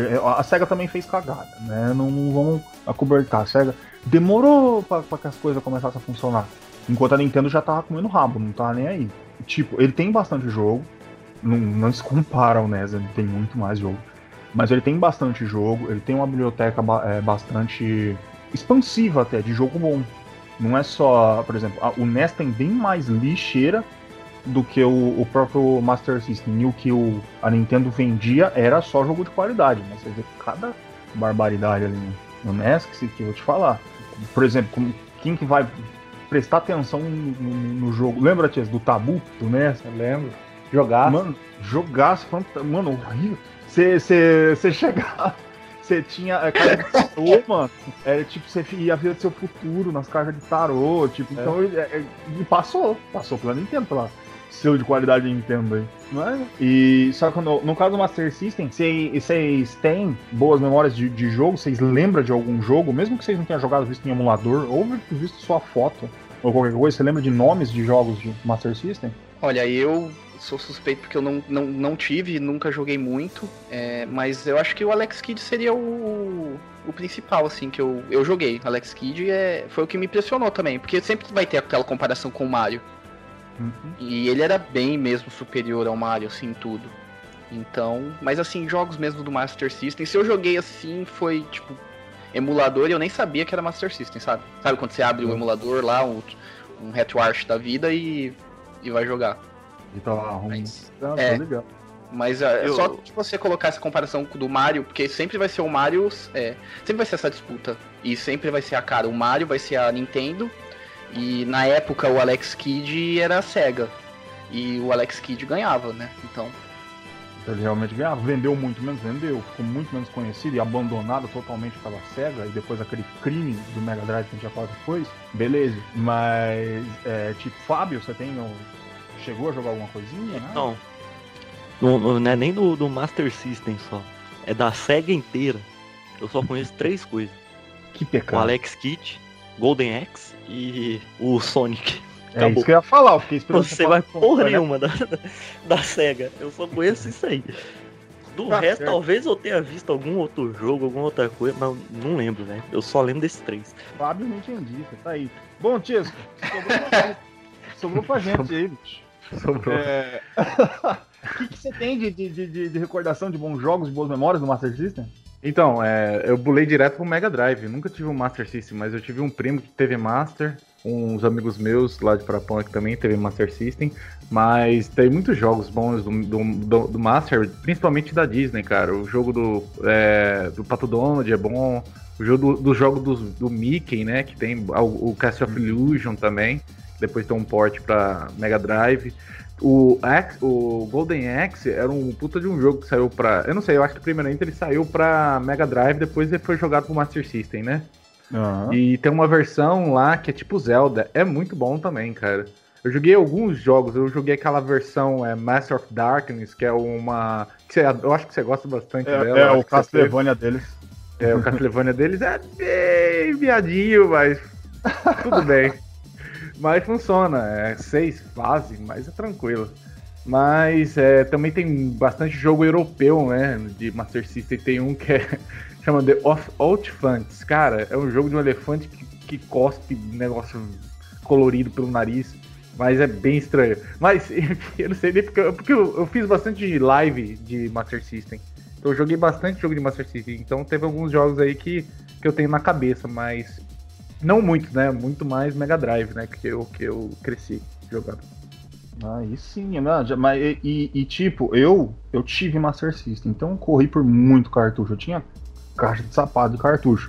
A SEGA também fez cagada, né? Não, não vamos acobertar. A SEGA demorou pra, pra que as coisas começassem a funcionar. Enquanto a Nintendo já tava comendo rabo, não tava nem aí. Tipo, ele tem bastante jogo. Não, não se compara ao N E S, ele tem muito mais jogo. Mas ele tem bastante jogo, ele tem uma biblioteca é, bastante expansiva até, de jogo bom. Não é só, por exemplo, a, o N E S tem bem mais lixeira do que o, o próprio Master System. E o que o, a Nintendo vendia era só jogo de qualidade. Mas você vê cada barbaridade ali no, no N E S que, que eu vou te falar. Por exemplo, como, quem que vai prestar atenção no, no, no jogo? Lembra, Tia, do Tabu do N E S? Eu lembro. Jogaço. Mano, jogaço. Mano, horrível. Você chegava... Você tinha é, carta de tarô, mano. Era tipo, você ia ver o seu futuro nas cartas de tarô. Tipo, é. Então ele, é, ele passou. Passou pela Nintendo, pela selo de qualidade de Nintendo aí. Mas, e só que no, no caso do Master System, vocês têm boas memórias de, de jogo? Vocês lembram de algum jogo? Mesmo que vocês não tenham jogado visto em emulador, ou visto sua foto, ou qualquer coisa, você lembra de nomes de jogos de Master System? Olha, eu sou suspeito porque eu não, não, não tive, nunca joguei muito, é, mas eu acho que o Alex Kidd seria o, o principal, assim, que eu, eu joguei. Alex Kidd é, foi o que me impressionou também, porque sempre vai ter aquela comparação com o Mario. Uhum. E ele era bem mesmo superior ao Mario, assim, em tudo. Então, mas assim, jogos mesmo do Master System, se eu joguei assim, foi, tipo, emulador e eu nem sabia que era Master System, sabe? Sabe quando você abre uhum. o emulador lá, um, um RetroArch da vida e, e vai jogar. Então, arruma. Mas, ah, é, legal. Mas é eu... só que você colocar essa comparação do Mario, porque sempre vai ser o Mario, é, sempre vai ser essa disputa. E sempre vai ser a cara, o Mario vai ser a Nintendo. E na época o Alex Kidd era a SEGA. E o Alex Kidd ganhava, né? Então. Ele realmente ganhava. Vendeu muito menos, vendeu. Ficou muito menos conhecido e abandonado totalmente pela SEGA. E depois aquele crime do Mega Drive que a gente já falou depois. Beleza. Mas, é, tipo, Fábio, você tem. Chegou a jogar alguma coisinha? Não. Né? Não, não, não é nem do, do Master System só. É da SEGA inteira. Eu só conheço três coisas. Que pecado. O Alex Kidd, Golden Axe e o Sonic. É Acabou. Isso que eu ia falar, eu fiquei esperando. Você vai porra nenhuma da, da, da SEGA. Eu só conheço isso aí. Do tá resto, certo. Talvez eu tenha visto algum outro jogo, alguma outra coisa, mas não lembro, velho. Eu só lembro desses três. Fábio não entendi, você tá aí. Bom, Tisco, sobrou pra gente, sobrou pra gente aí, bicho. Sobrou. É... O que, que você tem de, de, de, de recordação de bons jogos, de boas memórias do Master System? Então, é, eu pulei direto pro Mega Drive. Nunca tive um Master System, mas eu tive um primo que teve Master. Uns amigos meus lá de Parapão que também teve Master System. Mas tem muitos jogos bons do, do, do, do Master, principalmente da Disney, cara. O jogo do, é, do Pato Donald é bom. O jogo do, do jogo do, do Mickey, né? Que tem o, o Castle of Illusion também. Depois tem um port pra Mega Drive. O, Axe, o Golden Axe era um puta de um jogo que saiu pra... Eu não sei, eu acho que primeiramente ele saiu pra Mega Drive, depois ele foi jogado pro Master System, né? Uhum. E tem uma versão lá que é tipo Zelda. É muito bom também, cara. Eu joguei alguns jogos, eu joguei aquela versão é, Master of Darkness, que é uma... Que você, eu acho que você gosta bastante é, dela. É, o Castlevania deles. É, o Castlevania deles é bem viadinho, mas tudo bem. Mas funciona, é seis fases, mas é tranquilo. Mas é, também tem bastante jogo europeu, né, de Master System. Tem um que é, chama The Outfants. Cara, é um jogo de um elefante que, que cospe negócio colorido pelo nariz. Mas é bem estranho. Mas eu não sei nem porque, porque eu, eu fiz bastante live de Master System. Então eu joguei bastante jogo de Master System. Então teve alguns jogos aí que, que eu tenho na cabeça, mas... Não muito, né? Muito mais Mega Drive, né? Que eu, que eu cresci jogando. Aí sim, né? Mas, e, e, e tipo, eu, eu tive Master System, então eu corri por muito cartucho. Eu tinha caixa de sapato de cartucho.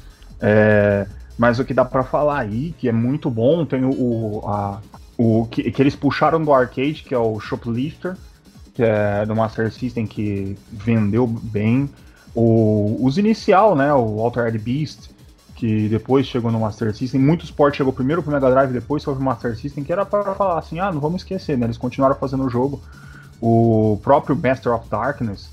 É, mas o que dá pra falar aí, que é muito bom, tem o, o, a, o que, que eles puxaram do arcade, que é o Shoplifter, que é do Master System, que vendeu bem. O, os inicial, né? O Altered Beast, que depois chegou no Master System. Muitos ports chegou primeiro pro Mega Drive, depois foi pro Master System, que era para falar assim, ah, não vamos esquecer, né? Eles continuaram fazendo o jogo. O próprio Master of Darkness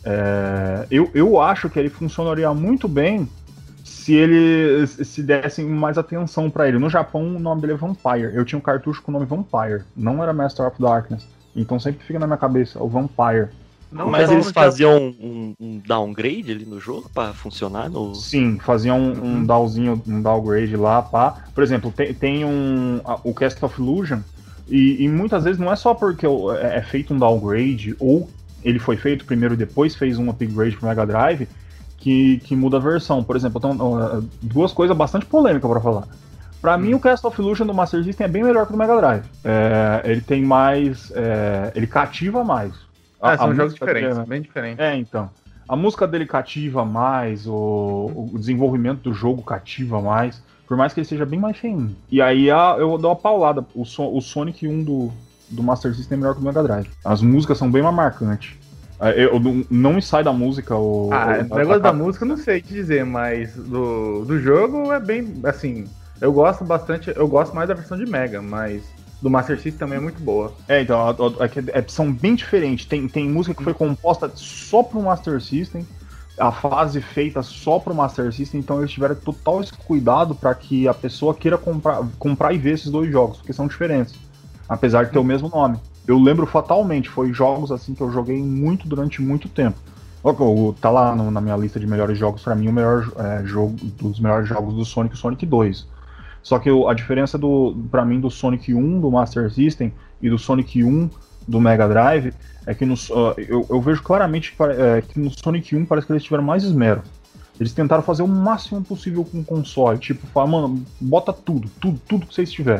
É, eu, eu acho que ele funcionaria muito bem se eles se dessem mais atenção pra ele. No Japão, o nome dele é Vampire. Eu tinha um cartucho com o nome Vampire. Não era Master of Darkness. Então sempre fica na minha cabeça, o Vampire. Não, mas eles faziam um, um downgrade ali no jogo pra funcionar? No... Sim, faziam um, um uhum. downzinho, um downgrade lá, pá. Por exemplo, tem, tem um, o Cast of Illusion, e, e muitas vezes não é só porque é feito um downgrade, ou ele foi feito primeiro e depois fez um upgrade pro Mega Drive, que, que muda a versão. Por exemplo, tem duas coisas bastante polêmicas pra falar. Pra hum. mim, o Cast of Illusion do Master System é bem melhor que o do Mega Drive. É, ele tem mais... É, ele cativa mais. Ah, a, são a jogos diferentes, dele, bem diferentes. É, então. A música dele cativa mais, o, o desenvolvimento do jogo cativa mais, por mais que ele seja bem mais feinho. E aí a, eu dou uma paulada. O, so, o Sonic um do, do Master System é melhor que o do Mega Drive. As músicas são bem mais marcantes. Eu, eu, não me sai da música o... Ah, o, o negócio da música eu não sei te dizer, mas do, do jogo é bem, assim... Eu gosto bastante, eu gosto mais da versão de Mega, mas... do Master System também é muito boa. É, então, é, é, são bem diferentes. Tem, tem música que foi composta só pro Master System, a fase feita só pro Master System, então eles tiveram total esse cuidado para que a pessoa queira comprar, comprar e ver esses dois jogos, porque são diferentes, apesar de ter o mesmo nome. Eu lembro fatalmente, foi jogos assim que eu joguei muito durante muito tempo. Tá lá no, na minha lista de melhores jogos, para mim o melhor é, jogo dos melhores jogos do Sonic, o Sonic dois. Só que a diferença do, pra mim do Sonic um do Master System e do Sonic um do Mega Drive é que no, uh, eu, eu vejo claramente que, é, que no Sonic um parece que eles tiveram mais esmero. Eles tentaram fazer o máximo possível com o console. Tipo, falar, mano, bota tudo, tudo, tudo que vocês tiverem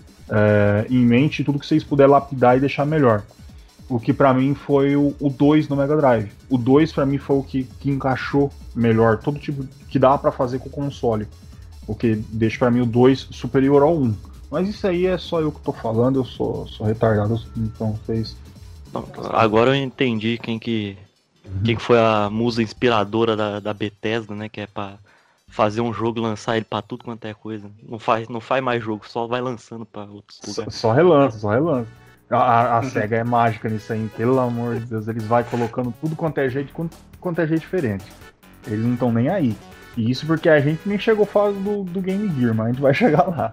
é, em mente, tudo que vocês puderem lapidar e deixar melhor. O que pra mim foi o, o dois no Mega Drive. O dois pra mim foi o que, que encaixou melhor, todo tipo que dava pra fazer com o console. O que deixa pra mim o dois superior ao um. Mas isso aí é só eu que tô falando, eu sou, sou retardado, então fez. Agora eu entendi quem que, uhum. quem foi a musa inspiradora da, da Bethesda, né? Que é pra fazer um jogo e lançar ele pra tudo quanto é coisa. Não faz, não faz mais jogo, só vai lançando pra outros lugares. Só, só relança, só relança. A, a, a SEGA é mágica nisso aí, pelo amor de Deus. Eles vão colocando tudo quanto é jeito, quanto, quanto é jeito diferente. Eles não estão nem aí. E isso porque a gente nem chegou fase do, do Game Gear, mas a gente vai chegar lá.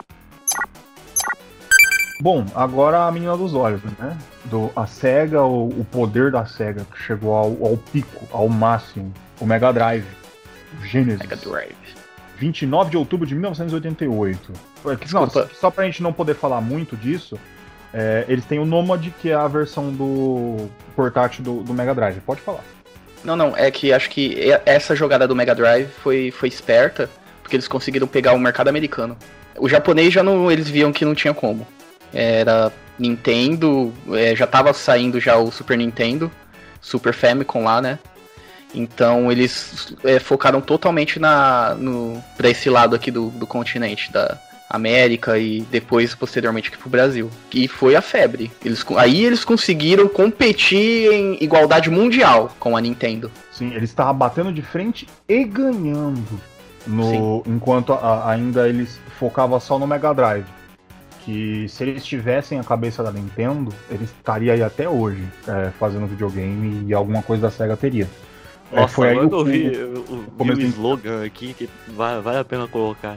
Bom, agora a menina dos olhos, né? Do, a SEGA, o, o poder da SEGA, que chegou ao, ao pico, ao máximo. O Mega Drive. O Genesis. Mega Drive. vinte e nove de outubro de mil novecentos e oitenta e oito. Não, só, só pra gente não poder falar muito disso, é, eles têm o Nomad, que é a versão do portátil do, do Mega Drive. Pode falar. Não, não, é que acho que essa jogada do Mega Drive foi, foi esperta, porque eles conseguiram pegar o mercado americano. O japonês já não, eles viam que não tinha como. Era Nintendo, é, já tava saindo já o Super Nintendo, Super Famicom lá, né? Então eles é, focaram totalmente na, no, pra esse lado aqui do, do continente, da América e depois, posteriormente, aqui pro Brasil. E foi a febre. Eles, aí eles conseguiram competir em igualdade mundial com a Nintendo. Sim, eles estavam batendo de frente e ganhando. No, enquanto a, ainda eles focavam só no Mega Drive. Que se eles tivessem a cabeça da Nintendo, eles estariam aí até hoje é, fazendo videogame e alguma coisa da SEGA teria. Nossa, é, foi aí eu vi o, o, o slogan aqui que vale, vale a pena colocar.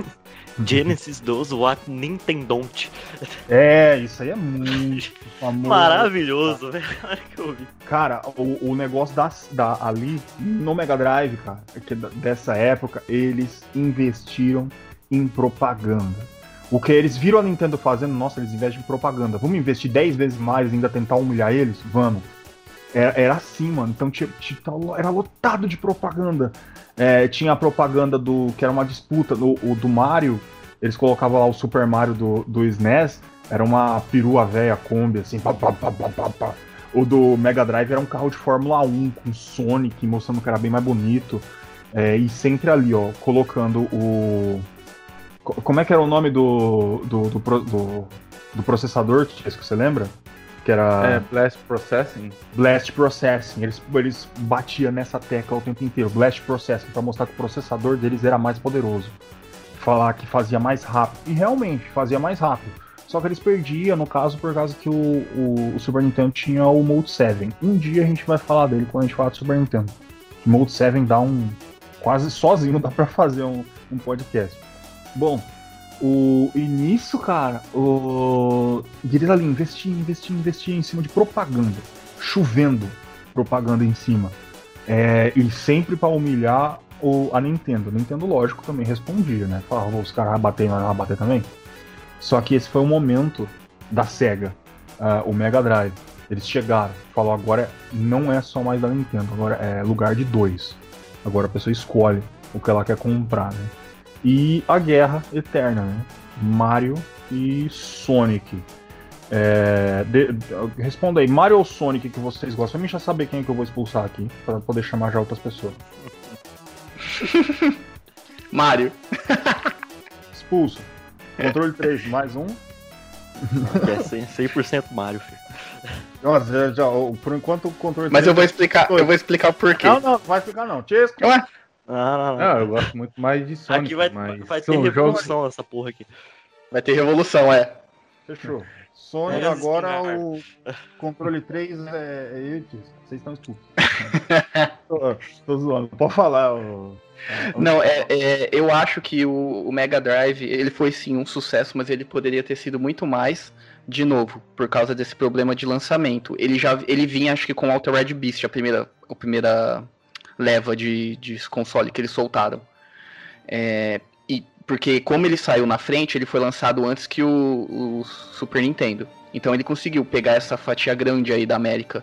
Genesis doze What Nintendon't. É, isso aí é muito famoso. Maravilhoso, velho. que eu vi. Cara, o, o negócio da, da, ali no Mega Drive, cara, que dessa época, eles investiram em propaganda. O que eles viram a Nintendo fazendo, nossa, eles investem em propaganda. Vamos investir dez vezes mais e ainda tentar humilhar eles? Vamos. Era, era assim, mano. Então tinha, tinha, era lotado de propaganda. É, tinha a propaganda do que era uma disputa do, o, do Mario. Eles colocavam lá o Super Mario do, do S N E S. Era uma perua velha Kombi, assim. Pá, pá, pá, pá, pá, pá. O do Mega Drive era um carro de Fórmula um com Sonic, mostrando que era bem mais bonito. É, e sempre ali, ó, colocando o... Como é que era o nome do, do, do, do, do processador, que você lembra? Que era... É, Blast Processing. Blast Processing. Eles, eles batiam nessa tecla o tempo inteiro. Blast Processing, para mostrar que o processador deles era mais poderoso. Falar que fazia mais rápido. E realmente, fazia mais rápido. Só que eles perdiam, no caso, por causa que o, o, o Super Nintendo tinha o Mode sete. Um dia a gente vai falar dele quando a gente falar do Super Nintendo. O Mode sete dá um... quase sozinho dá pra fazer um, um podcast. Bom, o, e nisso, cara, o Guerrilla ali investia, investia, investia em cima de propaganda. Chovendo propaganda em cima. É, e sempre pra humilhar o, a Nintendo. A Nintendo, lógico, também respondia, né? Falava, os caras vão bater, nós vamos bater também. Só que esse foi o momento da SEGA, uh, o Mega Drive. Eles chegaram, falou, agora não é só mais da Nintendo, agora é lugar de dois. Agora a pessoa escolhe o que ela quer comprar, né? E a guerra eterna, né? Mario e Sonic. É, de, de, responda aí, Mario ou Sonic que vocês gostam? Pra mim já saber quem é que eu vou expulsar aqui, pra poder chamar já outras pessoas. Mario. Expulso. Controle três, mais um. É cem por cento Mario, filho. Nossa, já, já, por enquanto o controle Mas três... eu vou explicar, eu vou explicar o porquê. Não, não, não vai explicar não. Chesco. Ué? Não, não, não. Não, eu gosto muito mais de Sonic. Aqui vai, mas vai ter são revolução jogos... essa porra aqui. Vai ter revolução, é. Fechou. Sonic É, agora, sim, o controle três é, é eu e Chesco. Vocês estão expulsos. tô, tô zoando. Pode falar. O... Não, é, é, eu acho que o, o Mega Drive, ele foi sim um sucesso, mas ele poderia ter sido muito mais, de novo, por causa desse problema de lançamento. Ele já ele vinha, acho que com o Altered Beast, a primeira, a primeira leva de, de console que eles soltaram. É, e, porque como ele saiu na frente, ele foi lançado antes que o, o Super Nintendo. Então ele conseguiu pegar essa fatia grande aí da América.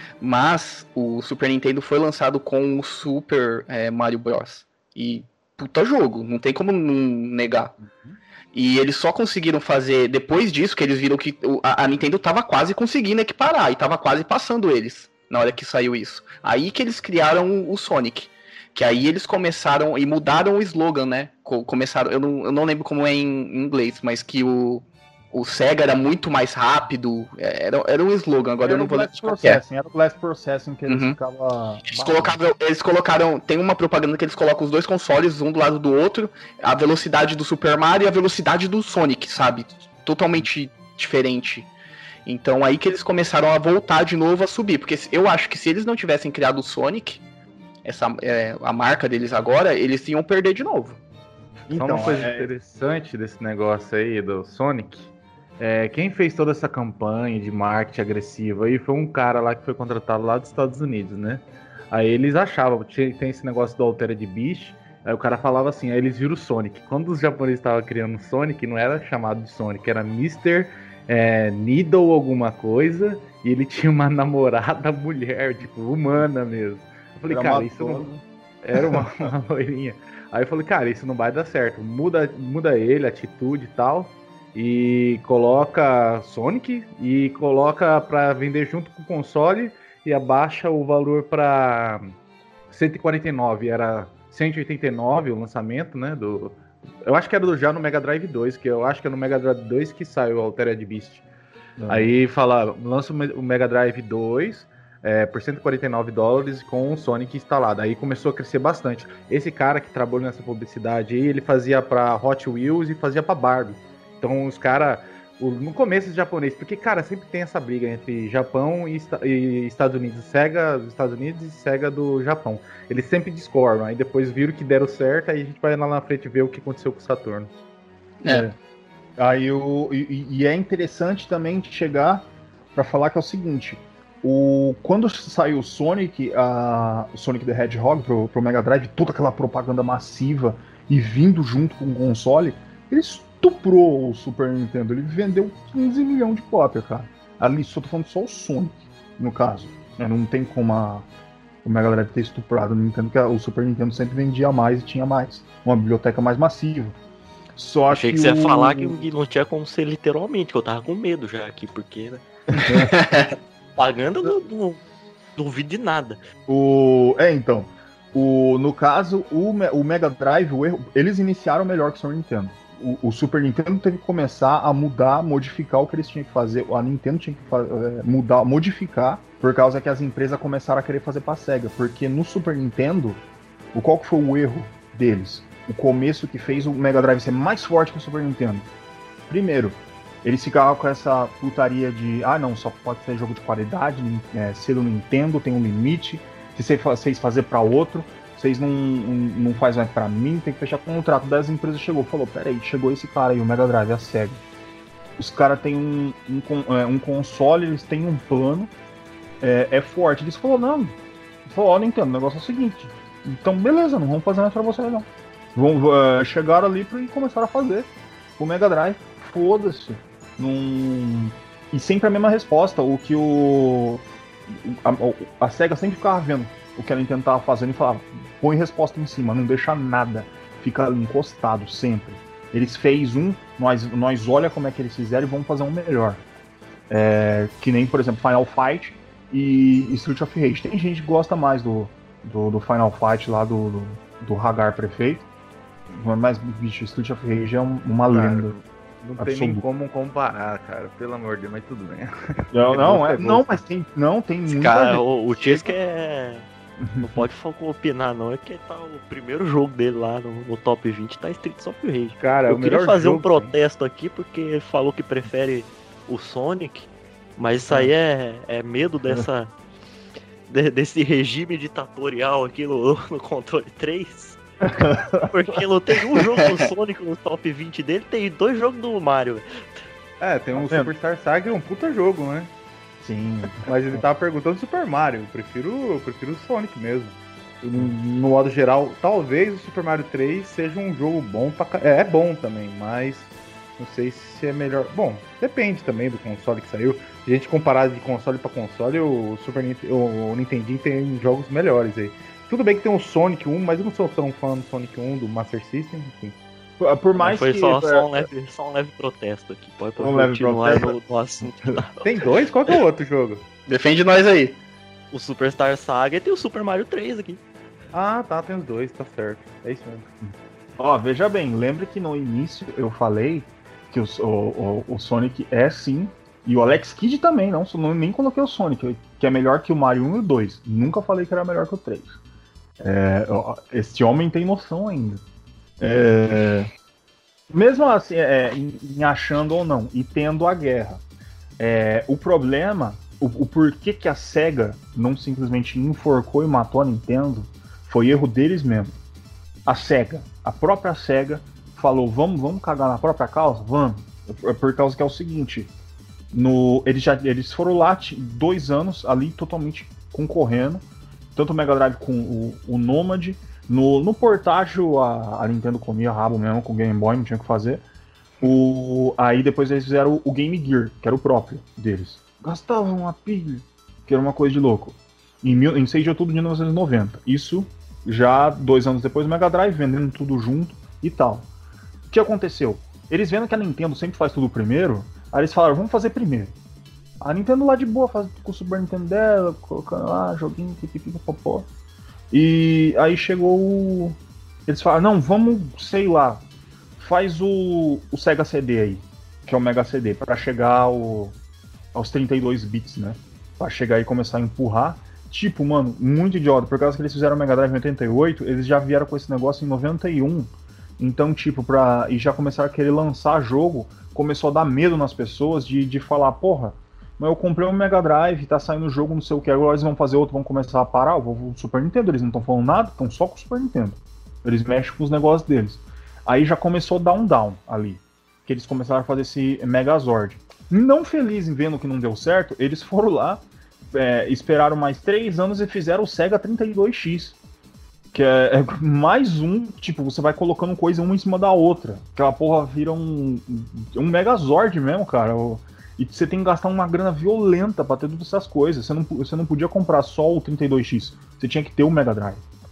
Mas o Super Nintendo foi lançado com o Super é, Mario Bros. E puta jogo, não tem como não negar. Uhum. E eles só conseguiram fazer depois disso, que eles viram que a, a Nintendo tava quase conseguindo equiparar, e tava quase passando eles, na hora que saiu isso. Aí que eles criaram o Sonic. Que aí eles começaram e mudaram o slogan, né? Começaram, eu não, eu não lembro como é em inglês, mas que o... O Sega era muito mais rápido, era, era um slogan, agora era eu não vou lembrar qual é. Era o Blast Processing que eles uhum. ficavam... Eles colocavam, eles colocaram, tem uma propaganda que eles colocam os dois consoles, um do lado do outro, a velocidade do Super Mario e a velocidade do Sonic, sabe? Totalmente diferente. Então aí que eles começaram a voltar de novo a subir, porque eu acho que se eles não tivessem criado o Sonic, essa, é, a marca deles agora, eles iam perder de novo. Então, uma coisa é... interessante desse negócio aí do Sonic... É, quem fez toda essa campanha de marketing agressiva aí foi um cara lá que foi contratado lá dos Estados Unidos, né? Aí eles achavam, tinha, tem esse negócio do Altered Beast, aí o cara falava assim, aí eles viram o Sonic. Quando os japoneses estavam criando o Sonic, não era chamado de Sonic, era mister É, Needle alguma coisa, e ele tinha uma namorada mulher, tipo, humana mesmo. Eu falei, era cara, isso não... Era uma, uma loirinha. Aí eu falei, cara, isso não vai dar certo. Muda, muda ele, a atitude e tal... E coloca Sonic e coloca pra vender junto com o console e abaixa o valor pra cento e quarenta e nove, era cento e oitenta e nove o lançamento, né? Do, eu acho que era do, já no Mega Drive dois, que eu acho que é no Mega Drive dois que saiu o Altered Beast. Não. Aí fala, lança o Mega Drive dois é, por cento e quarenta e nove dólares com o Sonic instalado. Aí começou a crescer bastante. Esse cara que trabalhou nessa publicidade aí, ele fazia pra Hot Wheels e fazia pra Barbie. Então os caras, no começo os japoneses, porque cara, sempre tem essa briga entre Japão e, e Estados Unidos, Sega dos Estados Unidos e Sega do Japão. Eles sempre discordam, aí depois viram que deram certo, aí a gente vai lá na frente ver o que aconteceu com o Saturno. É. é. Aí o, e, e é interessante também chegar para falar que é o seguinte, o, quando saiu o Sonic, a, o Sonic the Hedgehog pro, pro Mega Drive, toda aquela propaganda massiva e vindo junto com o console, eles estuprou o Super Nintendo, ele vendeu quinze milhões de cópias, cara. Ali só tô falando só o Sonic, no caso. Não tem como a, o Mega Drive ter estuprado o Nintendo, porque o Super Nintendo sempre vendia mais e tinha mais. Uma biblioteca mais massiva. Só Achei que, que você o... ia falar que não tinha como ser literalmente, que eu tava com medo já aqui, porque, né? Pagando, não, não duvido de nada. O... É, então. O... No caso, o, o Mega Drive, o erro... eles iniciaram melhor que o Super Nintendo. O, o Super Nintendo teve que começar a mudar, modificar o que eles tinham que fazer. A Nintendo tinha que é, mudar, modificar, por causa que as empresas começaram a querer fazer pra SEGA. Porque no Super Nintendo, o, qual que foi o erro deles? O começo que fez o Mega Drive ser mais forte que o Super Nintendo. Primeiro, Eles ficavam com essa putaria de, ah não, só pode ser jogo de qualidade, é, selo Nintendo tem um limite, se vocês fazer para outro, vocês não, não, não fazem mais pra mim, tem que fechar contrato. Daí as empresas chegou, falou, peraí, chegou esse cara aí, o Mega Drive, a Sega. Os caras têm um, um, um console, eles têm um plano, é, é forte. Eles falaram, não, ele falou, ó, Nintendo, o negócio é o seguinte, então beleza, não vamos fazer mais pra vocês não. Vão, uh, chegaram ali e começaram a fazer o Mega Drive, foda-se. Num... E sempre a mesma resposta, o que o... A, a SEGA sempre ficava vendo o que a Nintendo tava fazendo e falava, põe resposta em cima, não deixa nada, fica encostado sempre. Eles fez um, nós, nós olha como é que eles fizeram e vamos fazer um melhor. É, que nem, por exemplo, Final Fight e Street of Rage. Tem gente que gosta mais do, do, do Final Fight lá do, do, do Hagar Prefeito, mas, bicho, Street of Rage é um, uma cara, lenda. Não tem absoluto. Nem como comparar, cara, pelo amor de Deus, mas tudo bem. Não, não, é, não mas tem, não, tem muita cara, gente. O, o Chesca é... Não pode opinar, não, é que tá o primeiro jogo dele lá no, no top vinte, tá Street of Rage. Cara, eu o queria fazer jogo, um protesto cara. aqui, porque ele falou que prefere o Sonic, mas isso aí é, é medo dessa de, desse regime ditatorial aqui no, no controle três. Porque não tem um jogo do Sonic no top vinte dele, tem dois jogos do Mario. É, tem um tá Superstar Saga, um puta jogo, né? Sim. Mas ele tava perguntando Super Mario, eu prefiro, eu prefiro o Sonic mesmo. No modo geral, talvez o Super Mario três seja um jogo bom pra... É, é bom também, mas não sei se é melhor. Bom, depende também do console que saiu. Se a gente comparar de console pra console, o Super Nintendo, o Nintendinho tem jogos melhores aí. Tudo bem que tem o Sonic um, mas eu não sou tão fã do Sonic um, do Master System, enfim. Por mais foi que... Foi só, só, um leve, só um leve protesto aqui. Pode um continuar no, no assunto. Tem dois? Qual que é o outro jogo? Defende nós aí. O Superstar Saga e tem o Super Mario três aqui. Ah, tá, tem os dois, tá certo. É isso mesmo. Ó, veja bem, lembra que no início eu falei que o, o, o Sonic é sim, e o Alex Kidd também, não, não nem coloquei o Sonic, que é melhor que o Mario um e o dois. Nunca falei que era melhor que o três. É, esse homem tem noção ainda. É, mesmo assim, é, em, em achando ou não, e tendo a guerra, é, o problema, o, o porquê que a SEGA não simplesmente enforcou e matou a Nintendo, foi erro deles mesmo. A SEGA, a própria SEGA, falou, vamos, vamos cagar na própria causa? Vamos. É por causa que é o seguinte, no, eles, já, eles foram lá dois anos ali totalmente concorrendo, tanto o Mega Drive com o, o Nomad. No, no portágio, a, a Nintendo comia rabo mesmo, com o Game Boy, não tinha o que fazer. O, aí depois eles fizeram o, o Game Gear, que era o próprio deles. Gastavam uma pilha, que era uma coisa de louco. Em, mil, em seis de outubro de mil novecentos e noventa. Isso já dois anos depois do Mega Drive, vendendo tudo junto e tal. O que aconteceu? Eles vendo que a Nintendo sempre faz tudo primeiro, aí eles falaram, vamos fazer primeiro. A Nintendo lá de boa, faz com o Super Nintendo dela, colocando lá, joguinho, pipipica, popó. E aí chegou o... Eles falaram, não, vamos, sei lá, faz o, o Sega C D aí, que é o Mega C D, pra chegar ao, aos trinta e dois bits, né? Pra chegar e começar a empurrar. Tipo, mano, muito idiota, por causa que eles fizeram o Mega Drive em oitenta e oito, eles já vieram com esse negócio em noventa e um. Então, tipo, pra... E já começaram a querer lançar jogo, começou a dar medo nas pessoas de, de falar, porra, mas eu comprei um Mega Drive, tá saindo o jogo, não sei o que, agora eles vão fazer outro, vão começar a parar, o Super Nintendo, eles não estão falando nada, estão só com o Super Nintendo. Eles mexem com os negócios deles. Aí já começou a dar um down ali, que eles começaram a fazer esse Megazord. Não felizes em vendo que não deu certo, eles foram lá, é, esperaram mais três anos e fizeram o Sega trinta e dois X. Que é, é mais um, tipo, você vai colocando coisa uma em cima da outra. Aquela porra vira um, um Megazord mesmo, cara. E você tem que gastar uma grana violenta pra ter todas essas coisas. Você não, você não podia comprar só o trinta e dois X. Você tinha que ter o Mega Drive.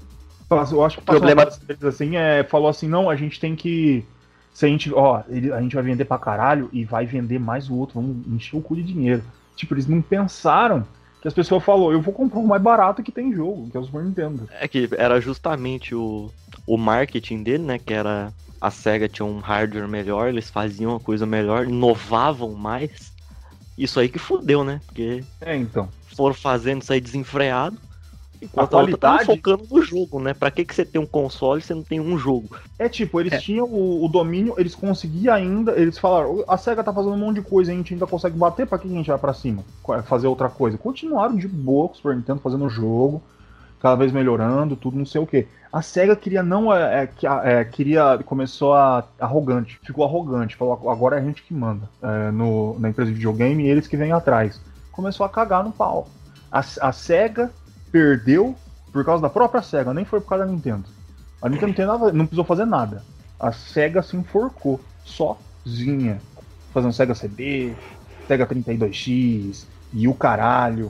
Eu acho que o problema assim, é, falou assim, não, a gente tem que... Se a gente, ó, ele, a gente vai vender pra caralho e vai vender mais o outro. Vamos encher o cu de dinheiro. Tipo, eles não pensaram que as pessoas falaram, eu vou comprar o mais barato que tem jogo, que é o Super Nintendo. É que era justamente o, o marketing dele, né, que era... A SEGA tinha um hardware melhor, eles faziam uma coisa melhor, inovavam mais. Isso aí que fudeu, né? Porque é, então. foram fazendo isso aí desenfreado. Enquanto a, a outra tava focando no jogo, né? Pra que, que você tem um console se você não tem um jogo? É tipo, eles É. tinham o, o domínio, eles conseguiam ainda, eles falaram, a SEGA tá fazendo um monte de coisa, a gente ainda consegue bater, pra que a gente vai pra cima? Fazer outra coisa. Continuaram de boa com o Super Nintendo fazendo o jogo, cada vez melhorando, tudo, não sei o que. A SEGA queria não, é, é, é, queria, começou a arrogante, ficou arrogante, falou, agora é a gente que manda é, no, na empresa de videogame e eles que vêm atrás. Começou a cagar no pau. A, a SEGA perdeu por causa da própria SEGA, nem foi por causa da Nintendo. A Nintendo não, tem nada, não precisou fazer nada. A SEGA se enforcou sozinha, fazendo SEGA C D, SEGA trinta e dois X e o caralho.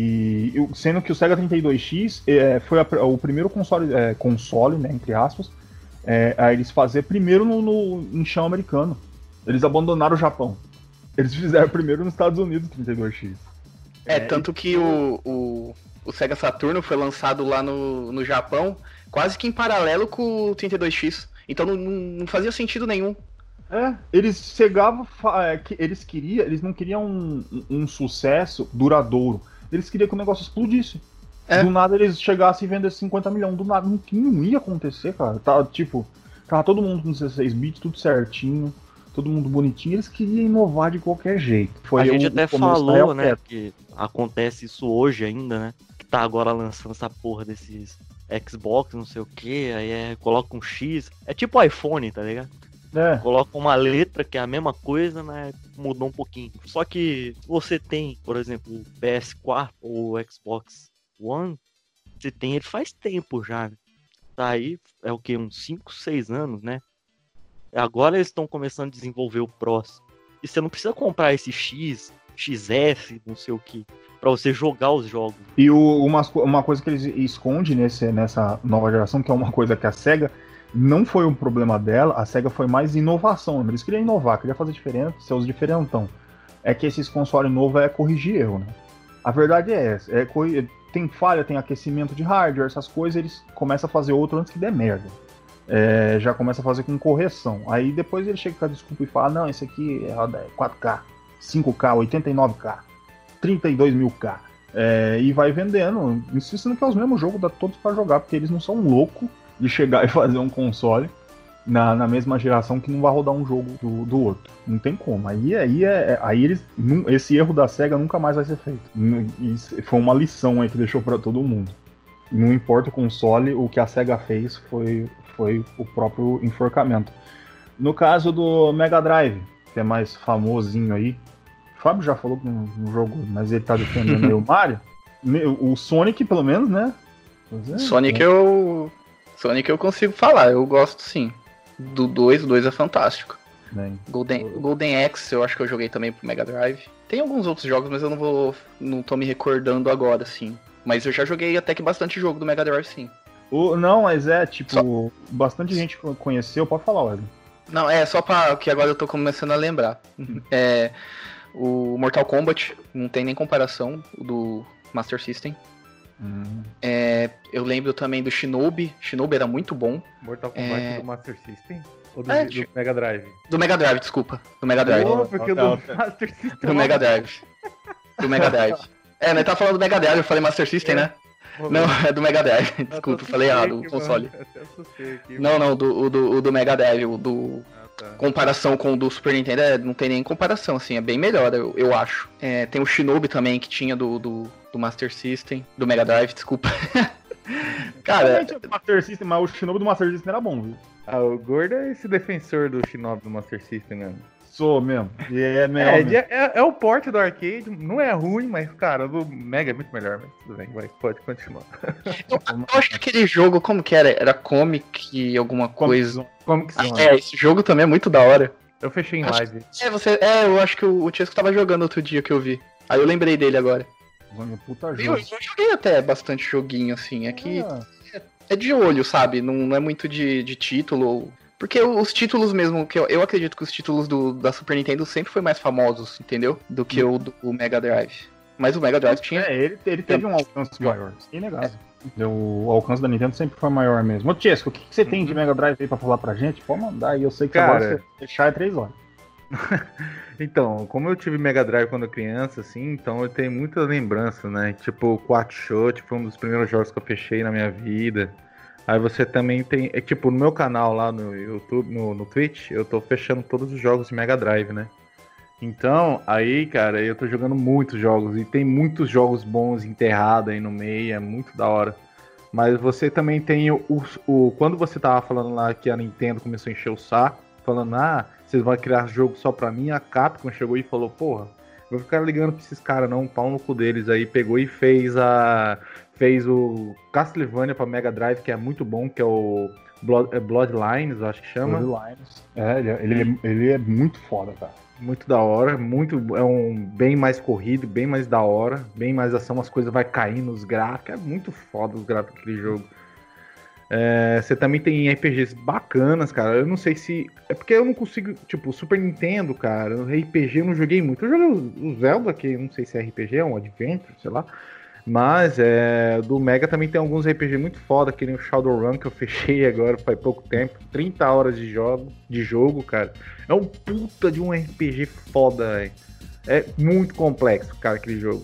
E sendo que o SEGA trinta e dois X é, foi a, o primeiro console, é, console, né, entre aspas, é, a eles fazer primeiro no, no, em chão americano. Eles abandonaram o Japão. Eles fizeram primeiro nos Estados Unidos o trinta e dois X. É, é tanto que o, o, o Sega Saturno foi lançado lá no, no Japão quase que em paralelo com o trinta e dois X. Então não, não fazia sentido nenhum. É, eles chegavam, eles queriam, eles não queriam um, um sucesso duradouro. Eles queriam que o negócio explodisse. É. Do nada eles chegassem e vendessem cinquenta milhões. Do nada, não, não ia acontecer, cara. Tá, tipo, tava todo mundo com dezesseis bits, tudo certinho, todo mundo bonitinho. Eles queriam inovar de qualquer jeito. Foi a gente até falou, né, que acontece isso hoje ainda, né? Que tá agora lançando essa porra desses Xbox, não sei o que, aí é, coloca um X. É tipo iPhone, tá ligado? É. Coloca uma letra que é a mesma coisa, mas mudou um pouquinho. Só que você tem, por exemplo, o P S quatro ou o Xbox One, você tem ele faz tempo já, né? Tá aí, é o que? Uns cinco, seis anos, né? Agora eles estão começando a desenvolver o próximo. E você não precisa comprar esse X, X S, não sei o que, pra você jogar os jogos. E o, uma, uma coisa que eles escondem nesse, nessa nova geração, que é uma coisa que a SEGA não foi um problema dela, a SEGA foi mais inovação. Eles queriam inovar, queriam fazer diferente, ser os diferentão. É que esses consoles novos é corrigir erro, né? A verdade é essa. É, tem falha, tem aquecimento de hardware, essas coisas, eles começam a fazer outro antes que der merda. É, já começa a fazer com correção. Aí depois ele chega com a desculpa e fala, não, esse aqui é quatro K, cinco K, oitenta e nove K, trinta e dois mil K. É, e vai vendendo, insistindo que é os mesmos jogos, dá todos pra jogar, porque eles não são loucos de chegar e fazer um console na, na mesma geração que não vai rodar um jogo do, do outro. Não tem como. Aí, aí, é, aí eles, esse erro da SEGA nunca mais vai ser feito. Isso foi uma lição aí que deixou pra todo mundo. Não importa o console, o que a SEGA fez foi, foi o próprio enforcamento. No caso do Mega Drive, que é mais famosinho aí, o Fábio já falou que não, não jogou, mas ele tá defendendo aí o Mario. O Sonic, pelo menos, né? É, Sonic é. eu... Sonic eu consigo falar, eu gosto sim. Do dois, o dois é fantástico. Bem, Golden, eu... Golden Axe eu acho que eu joguei também pro Mega Drive. Tem alguns outros jogos, mas eu não vou. Não tô me recordando agora, sim. Mas eu já joguei até que bastante jogo do Mega Drive, sim. O, não, mas é, tipo, só... bastante gente conheceu, pode falar, Wesley. Não, é só pra que agora eu tô começando a lembrar. é, o Mortal Kombat, não tem nem comparação do Master System. Hum. É, eu lembro também do Shinobi. Shinobi era muito bom. Mortal Kombat é... do Master System? Ou do, é, do Mega Drive? Do Mega Drive, desculpa. Do Mega Drive. Oh, porque okay, o do okay. Master System. Do Mega Drive. Do Mega Drive. É, nós tá falando do Mega Drive, eu falei Master System, né? Não, é do Mega Drive. Desculpa, eu falei errado, o console. Aqui, não, não, do, do, o do Mega Drive, o do... Ah, tá. Comparação com o do Super Nintendo, é, não tem nem comparação, assim, é bem melhor, eu, eu acho. É, tem o Shinobi também, que tinha do, do, do Master System, do Mega Drive, desculpa. Cara... O Master System, mas o Shinobi do Master System era bom, viu? Ah, o Gordo é esse defensor do Shinobi do Master System, né? Sou mesmo. E é, mesmo. É, é, é o porte do arcade, não é ruim, mas, cara, do Mega é muito melhor, mas tudo bem, vai, pode continuar. Eu, eu acho que aquele jogo, como que era? Era Comic alguma coisa. Comic Zone. É, esse jogo também é muito da hora. Eu fechei em acho, live. É, você, é, eu acho que o, o Chesco tava jogando outro dia que eu vi. Aí eu lembrei dele agora. Puta eu, eu joguei até bastante joguinho, assim, é que ah. é, é de olho, sabe? Não, não é muito de, de título. Porque os títulos mesmo, que eu, eu acredito que os títulos do, da Super Nintendo sempre foi mais famosos, entendeu? Do que hum. o do Mega Drive. Mas o Mega Drive tinha... É, ele, ele teve um alcance maior, inegável. É. O alcance da Nintendo sempre foi maior mesmo. Ô, Chesco, o que, que você tem de Mega Drive aí pra falar pra gente? Pode mandar aí, eu sei que cara, agora você deixar é três horas. Então, como eu tive Mega Drive quando criança, assim, então eu tenho muitas lembranças, né? Tipo, o Quackshot foi um dos primeiros jogos que eu fechei na minha vida. Aí você também tem, é tipo, no meu canal lá no YouTube, no, no Twitch, eu tô fechando todos os jogos de Mega Drive, né? Então, aí, cara, eu tô jogando muitos jogos e tem muitos jogos bons enterrados aí no meio, é muito da hora. Mas você também tem o, o, o quando você tava falando lá que a Nintendo começou a encher o saco, falando, ah, vocês vão criar jogo só pra mim, a Capcom chegou e falou, porra, vou ficar ligando pra esses caras não, um pau no cu deles. Aí pegou e fez a fez o Castlevania pra Mega Drive, que é muito bom, que é o Blood, é Bloodlines, eu acho que chama. Bloodlines. É, ele, é- ele, é, ele é muito foda, cara. Muito da hora, muito, é um bem mais corrido, bem mais da hora, bem mais ação, as coisas vai caindo, os gráficos, é muito foda os gráficos daquele jogo. É, você também tem R P Gs bacanas, cara. Eu não sei se. É porque eu não consigo. Tipo, Super Nintendo, cara. R P G eu não joguei muito. Eu joguei o o Zelda, que eu não sei se é R P G, é um Adventure, sei lá. Mas é, do Mega também tem alguns R P G muito foda, que nem o Shadowrun, que eu fechei agora faz pouco tempo. trinta horas de jogo, de jogo, cara. É um puta de um R P G foda, velho. É muito complexo, cara, aquele jogo.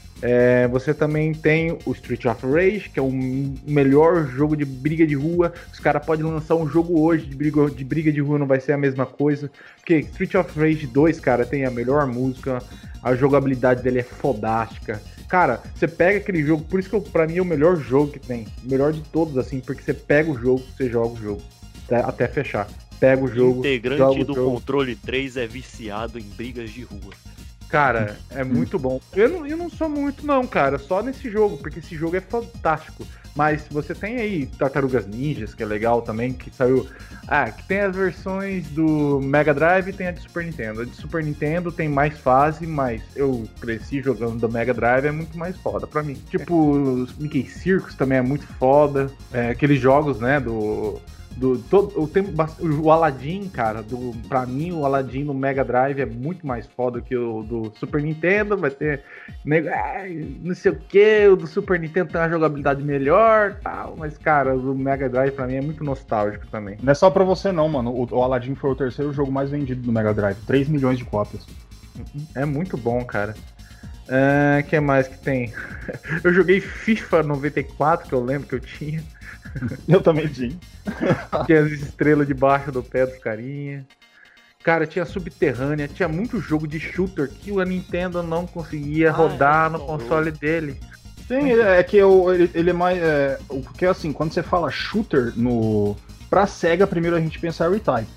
É, você também tem o Street of Rage, que é o melhor jogo de briga de rua. Os caras podem lançar um jogo hoje de briga, de briga de rua, não vai ser a mesma coisa. Porque Street of Rage dois, cara, tem a melhor música, a jogabilidade dele é fodástica. Cara, você pega aquele jogo, por isso que eu, pra mim é o melhor jogo que tem. O melhor de todos, assim, porque você pega o jogo, você joga o jogo. Até, até fechar. Pega o jogo. Integrante joga o do jogo. Controle três é viciado em brigas de rua. Cara, é muito bom. Eu não, eu não sou muito, não, cara. Só nesse jogo, porque esse jogo é fantástico. Mas você tem aí Tartarugas Ninjas, que é legal também, que saiu. Ah, que tem as versões do Mega Drive e tem a de Super Nintendo. A de Super Nintendo tem mais fase, mas eu cresci jogando do Mega Drive, é muito mais foda pra mim. Tipo, os Mickey Circus também é muito foda. É, aqueles jogos, né, do. Do, todo, o, tempo, o Aladdin, cara, do, pra mim o Aladdin no Mega Drive é muito mais foda que o do Super Nintendo. Vai ter nego, ai, não sei o que, o do Super Nintendo tem uma jogabilidade melhor, tal, mas cara, o Mega Drive pra mim é muito nostálgico também. Não é só pra você não, mano. O, o Aladdin foi o terceiro jogo mais vendido do Mega Drive. três milhões de cópias. É muito bom, cara. O uh, que mais que tem? Eu joguei FIFA noventa e quatro, que eu lembro que eu tinha. Eu também tinha. Tinha as estrelas debaixo do pé dos carinha. Cara, tinha Subterrânea, tinha muito jogo de shooter que a Nintendo não conseguia Ah, rodar é, no então, console dele. Sim, é que eu, ele, ele é mais. É, o- porque assim, quando você fala shooter no. Pra SEGA, primeiro a gente pensa em R-Type.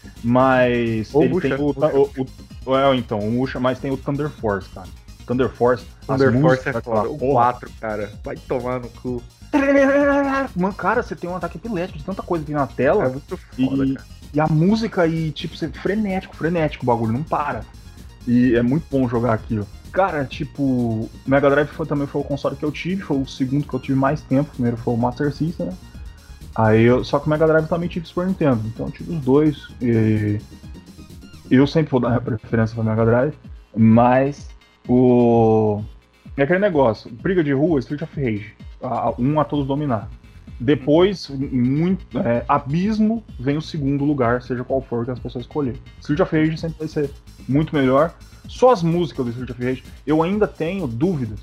Mas. Ou ele Musha, tem o, Musha. o, o- É, então, o Musha, mas tem o Thunder Force, cara. Thunder Force. as Thunder Force músicas é daquela foda. O porra. quatro, cara. Vai tomar no cu. Mano, cara, você tem um ataque epilético de tanta coisa aqui na É tela. muito foda, E, cara. e a música aí, tipo, você frenético, frenético o bagulho, não para. E é muito bom jogar aquilo. Cara, tipo, o Mega Drive foi, também foi o console que eu tive, foi o segundo que eu tive mais tempo. O primeiro foi o Master System, né? Aí eu, só que o Mega Drive também tive Super Nintendo, então eu tive os dois. E eu sempre vou dar minha preferência para Mega Drive, mas o. É aquele negócio, briga de rua, Street of Rage, a- a- um a todos dominar. Depois, muito, é, abismo, vem o segundo lugar, seja qual for que as pessoas escolherem. Street of Rage sempre vai ser muito melhor. Só as músicas do Street of Rage, eu ainda tenho dúvidas.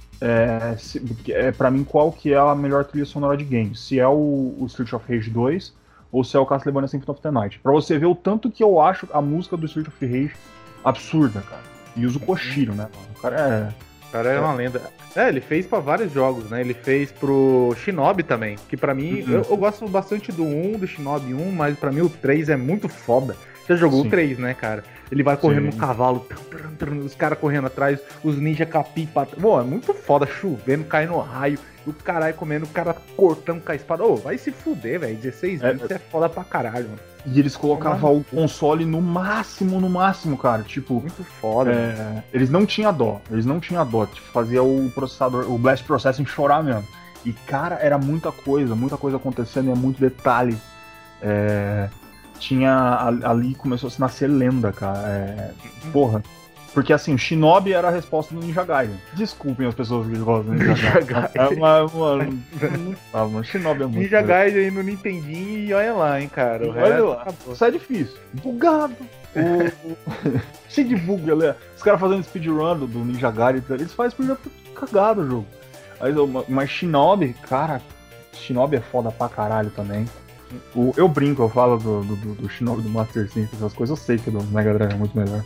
É, se, é, pra mim, qual que é a melhor trilha sonora de games? Se é o, o Street of Rage dois ou se é o Castlevania Symphony of the Night. Pra você ver o tanto que eu acho a música do Street of Rage absurda, cara. E usa o Koshiro, né? mano? O cara é... O cara é uma lenda. É, ele fez pra vários jogos, né? Ele fez pro Shinobi tambtambém, que pra mim, Uhum. eu, eu gosto bastante do um, do Shinobi um, mas pra mim o três é muito foda. Você jogou Sim. o três, né, cara? Ele vai correndo Sim. no cavalo, os caras correndo atrás, os ninja capim pra trás. Pô, é muito foda, chovendo, caindo raio, e o caralho comendo, o cara cortando com a espada. Ô, vai se fuder, velho. dezesseis É, bits é foda pra caralho, mano. E eles colocavam o console no máximo, no máximo, cara. Tipo, Muito foda, mano. é, eles não tinham dó. Eles não tinham dó. Tipo, fazia o processador, o Blast Processing chorar mesmo. E, cara, era muita coisa, muita coisa acontecendo, e é muito detalhe. É, tinha a- ali começou a se nascer lenda, cara. É, porra, Porque assim, o Shinobi era a resposta do Ninja Gaiden. Desculpem as pessoas que gostam do Ninja Gaiden. É, mas, mano, não dá, mano. Shinobi é muito. Ninja Gaiden aí no Nintendinho e olha lá, hein, cara. O olha resto lá. acabou. Isso é difícil. Bugado. O... Cheio de bug, galera. Os caras fazendo speedrun do, do Ninja Gaiden, eles fazem speedrun cagado o jogo. Mas, mas Shinobi, cara, Shinobi é foda pra caralho também. O, eu brinco, eu falo do, do, do Shinobi do Master System, essas coisas, eu sei que o do Mega Drive é muito melhor.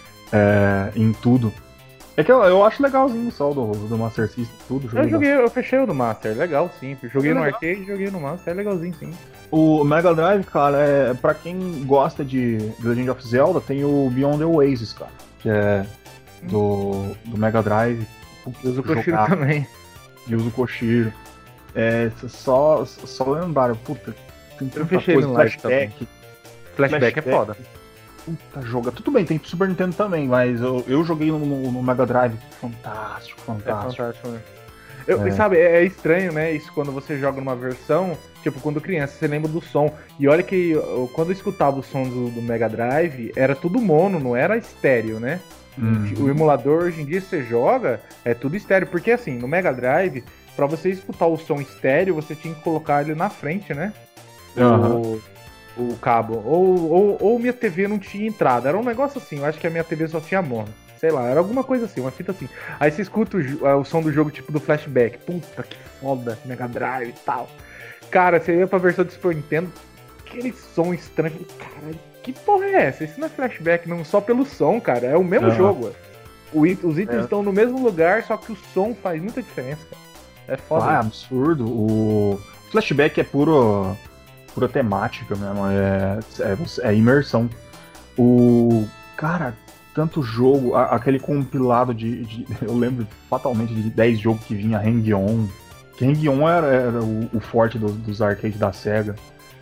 É, em tudo. É que eu, eu acho legalzinho só do, do Master System, tudo. Eu joguei, eu fechei o do Master, legal sim. Joguei é no legal. Arcade, joguei no Master, é legalzinho sim. O Mega Drive, cara, é pra quem gosta de The Legend of Zelda, tem o Beyond the Oasis, cara, que é do, do Mega Drive. E usa o Koshiro também. E usa o Koshiro. É, só, só lembraram, puta, tem eu fechei coisa, no flashback. Flashback, flashback é foda. Puta, joga. Tudo bem, tem Super Nintendo também, mas eu, eu joguei no, no, no Mega Drive. Fantástico, fantástico. É fantástico, né? Eu, é. Sabe, é, é estranho, né? Isso quando você joga numa versão, tipo, quando criança, você lembra do som. E olha que eu, quando eu escutava o som do, do Mega Drive, era tudo mono, não era estéreo, né? Hum. O emulador, hoje em dia, você joga, é tudo estéreo. Porque assim, no Mega Drive, pra você escutar o som estéreo, você tinha que colocar ele na frente, né? Uhum. O, o cabo. Ou, ou, ou minha T V não tinha entrada. Era um negócio assim, eu acho que a minha T V só tinha mono. Sei lá, era alguma coisa assim, uma fita assim. Aí você escuta o, o som do jogo tipo do Flashback. Puta que foda, Mega Drive e tal. Cara, você ia pra versão do Super Nintendo, aquele som estranho. Caralho, que porra é essa? Isso não é Flashback, não só pelo som, cara. É o mesmo uhum. jogo. O, os itens é. estão no mesmo lugar, só que o som faz muita diferença, cara. É foda. Ah, é absurdo. O Flashback é puro, pura temática mesmo. É, é, é imersão. O. Cara, tanto jogo, a, aquele compilado de, de. Eu lembro fatalmente de dez jogos que vinha Hang-On. Que Hang-On era, era o, o forte dos, dos arcades da SEGA.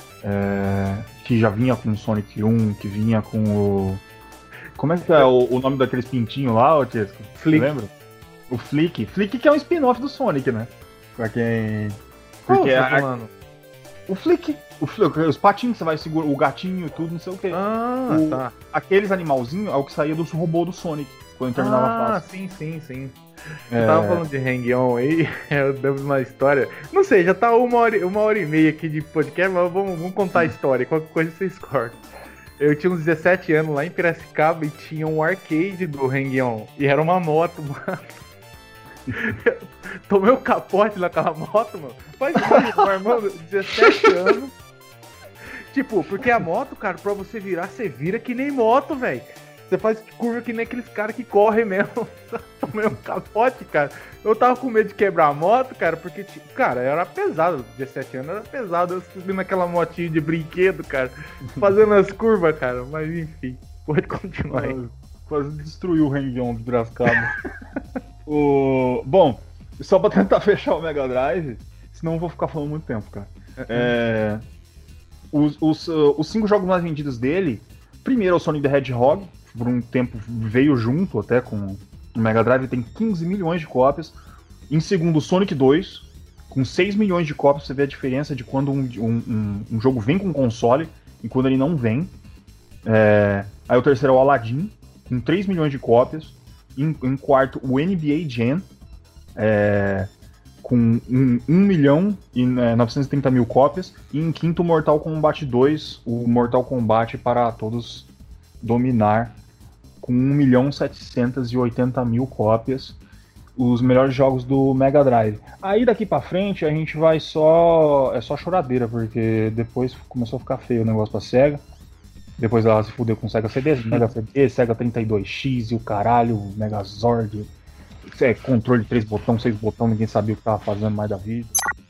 É, que já vinha com o Sonic um, que vinha com o. Como é que é o, o nome daqueles pintinhos lá, ô Tiesco? Flick. Lembra? O Flick. Flick que é um spin-off do Sonic, né? Pra quem. Porque oh, tá a... O Flick. O Flick, os patinhos, você vai segurar o gatinho e tudo, não sei o que. Ah, o... tá. Aqueles animalzinhos é o que saía dos robôs do Sonic, quando terminava ah, a fase. Ah, sim, sim, sim. É... Eu tava falando de Hang-On aí, eu dei uma história. Não sei, já tá uma hora, uma hora e meia aqui de podcast, mas vamos, vamos contar a história, qualquer coisa vocês cortam. Eu tinha uns dezessete anos lá em Piracicaba e tinha um arcade do Hang-On. E era uma moto, mano. Eu tomei um capote naquela moto, mano. Faz imaginar, mano, dezessete anos. Tipo, porque a moto, cara, pra você virar, você vira que nem moto, velho. Você faz curva que nem aqueles caras que correm mesmo. Tomei um capote, cara. Eu tava com medo de quebrar a moto, cara, porque, cara, era pesado. dezessete anos era pesado. Eu subi naquela motinha de brinquedo, cara, fazendo as curvas, cara. Mas enfim, pode continuar aí. Quase destruiu o Hang-On de Piracicaba. o... Bom, só pra tentar fechar o Mega Drive, senão eu vou ficar falando muito tempo, cara. É... Os, os, uh, os cinco jogos mais vendidos dele, primeiro é o Sonic the Hedgehog, por um tempo veio junto até com o Mega Drive, tem quinze milhões de cópias. Em segundo, o Sonic dois, com seis milhões de cópias. Você vê a diferença de quando um, um, um jogo vem com console e quando ele não vem. É... Aí o terceiro é o Aladdin, com três milhões de cópias. Em, em quarto, o N B A Jam, é... com um milhão e novecentos e trinta mil cópias. E em quinto, o Mortal Kombat dois, o Mortal Kombat para todos dominar, com um milhão setecentos e oitenta mil cópias, os melhores jogos do Mega Drive. Aí daqui pra frente a gente vai só... é só choradeira, porque depois começou a ficar feio o negócio pra SEGA. Depois ela se fudeu com Sega C D, Mega C D, Sega trinta e dois X e o caralho, o Megazord, é, controle de três botões, seis botões, ninguém sabia o que tava fazendo mais da vida.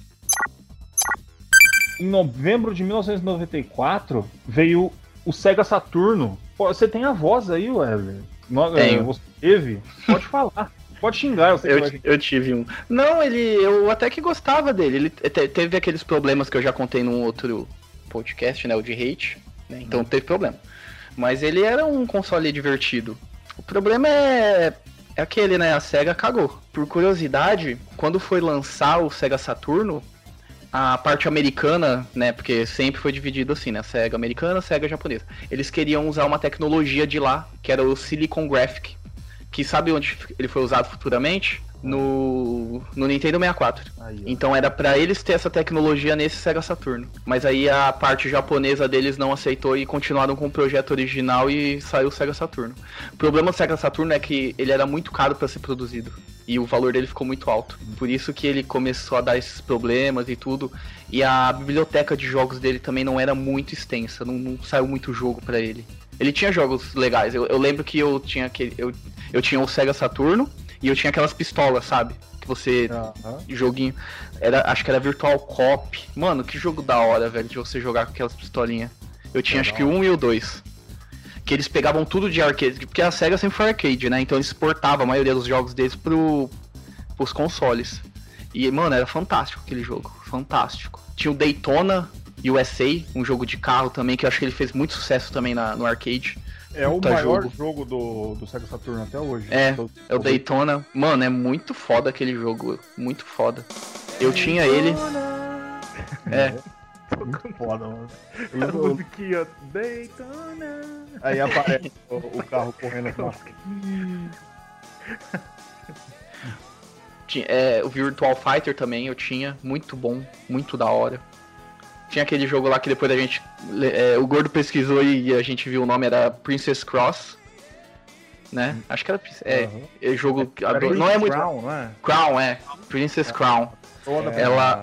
Em novembro de mil novecentos e noventa e quatro veio o Sega Saturno. Pô, você tem a voz aí, Wesley? Tenho. Você teve? Pode falar. Pode xingar, eu sei eu, que vai... eu tive um. Não, ele. Eu até que gostava dele. Ele te, teve aqueles problemas que eu já contei num outro podcast, né? O de hate. Né, então hum. teve problema. Mas ele era um console divertido. O problema é. É aquele, né? A SEGA cagou. Por curiosidade, quando foi lançar o Sega Saturno, a parte americana, né, porque sempre foi dividido assim, né, SEGA americana, SEGA japonesa. Eles queriam usar uma tecnologia de lá, que era o Silicon Graphic. que sabe onde ele foi usado futuramente? No, no Nintendo sessenta e quatro. Aí, ó. Então era pra eles ter essa tecnologia nesse Sega Saturno. Mas aí a parte japonesa deles não aceitou e continuaram com o projeto original e saiu o Sega Saturno. O problema do Sega Saturno é que ele era muito caro pra ser produzido. E o valor dele ficou muito alto. Por isso que ele começou a dar esses problemas e tudo. E a biblioteca de jogos dele também não era muito extensa. Não, não saiu muito jogo pra ele. Ele tinha jogos legais. Eu, eu lembro que eu tinha aquele, eu, eu tinha o Sega Saturno e eu tinha aquelas pistolas, sabe? Que você. Aham. Joguinho. Era, acho que era Virtual Cop. Mano, que jogo da hora, velho, de você jogar com aquelas pistolinhas. Eu tinha acho que o um e o dois. Que eles pegavam tudo de arcade. Porque a SEGA sempre foi arcade, né? Então eles exportavam a maioria dos jogos deles pro, pros consoles. E, mano, era fantástico aquele jogo. Fantástico. Tinha o Daytona U S A, um jogo de carro também, que eu acho que ele fez muito sucesso também na, no arcade. É o Puta maior jogo. jogo, do, do Sega Saturn até hoje. É, Tô- é o Daytona. Mano, é muito foda aquele jogo. Muito foda. Eu tinha ele. É. Muito foda, mano. A Eu- eu- musiquinha Daytona. Aí aparece o, o carro correndo assim. Tinha- é, o Virtual Fighter também eu tinha. Muito bom. Muito da hora. Tinha aquele jogo lá que depois a gente. é, o Gordo pesquisou e a gente viu o nome, era Princess Cross. Né? Acho que era. É, Aham. é jogo. que- Era não é muito. Crown, não é? Crown, é. Princess Crown. Toda É, Ela-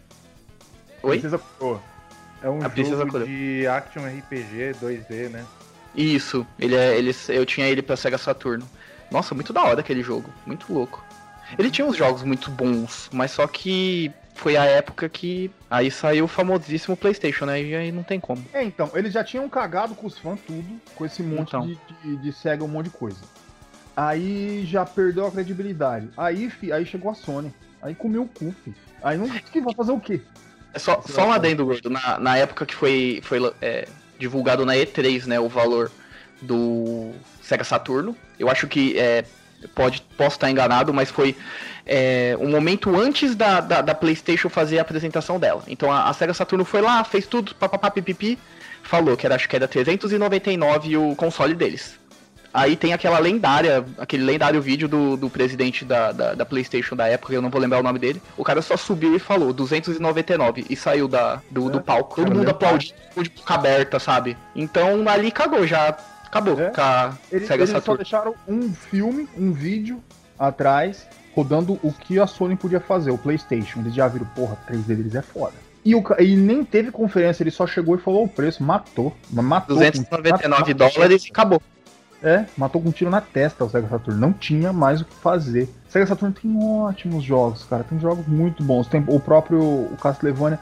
Oi? Princesa Coroa. É um A Princesa jogo Coroa. de action R P G dois D, né? Isso, ele é, ele, eu tinha ele pra Sega Saturno. Nossa, muito da hora aquele jogo, muito louco. Ele tinha uns jogos muito bons, mas só que foi a época que aí saiu o famosíssimo PlayStation, né? E aí não tem como. É, então, eles já tinham cagado com os fãs tudo, com esse monte Então. de, de, de Sega, um monte de coisa. Aí já perdeu a credibilidade. Aí, fi, aí chegou a Sony. Aí comeu o cu, fi. Aí não. Que vai fazer o quê? É só, só um adendo, Gordo. Na, na época que foi, foi é, divulgado na E três, né, o valor do Sega Saturno, eu acho que é, pode, posso estar enganado, mas foi é, um momento antes da, da, da PlayStation fazer a apresentação dela. Então a, a Sega Saturno foi lá, fez tudo, papapá, pipipi, falou que era, acho que era trezentos e noventa e nove o console deles. Aí tem aquela lendária, aquele lendário vídeo do, do presidente da, da, da PlayStation da época, eu não vou lembrar o nome dele. O cara só subiu e falou duzentos e noventa e nove e saiu da, do, do palco. Todo cara, mundo lendário. aplaudiu, de boca aberta, sabe? Então ali cagou, já acabou É. com a Eles, Sega eles só Saturn. deixaram um filme, um vídeo atrás, rodando o que a Sony podia fazer, o PlayStation. Eles já viram, porra, três D deles é foda. E, o, ca- e nem teve conferência, ele só chegou e falou o preço, matou. Mas matou. duzentos e com- noventa e nove matou- dólares e acabou. É, matou com um tiro na testa o Sega Saturn. Não tinha mais o que fazer. O Sega Saturn tem ótimos jogos, cara. Tem jogos muito bons. Tem o próprio o Castlevania,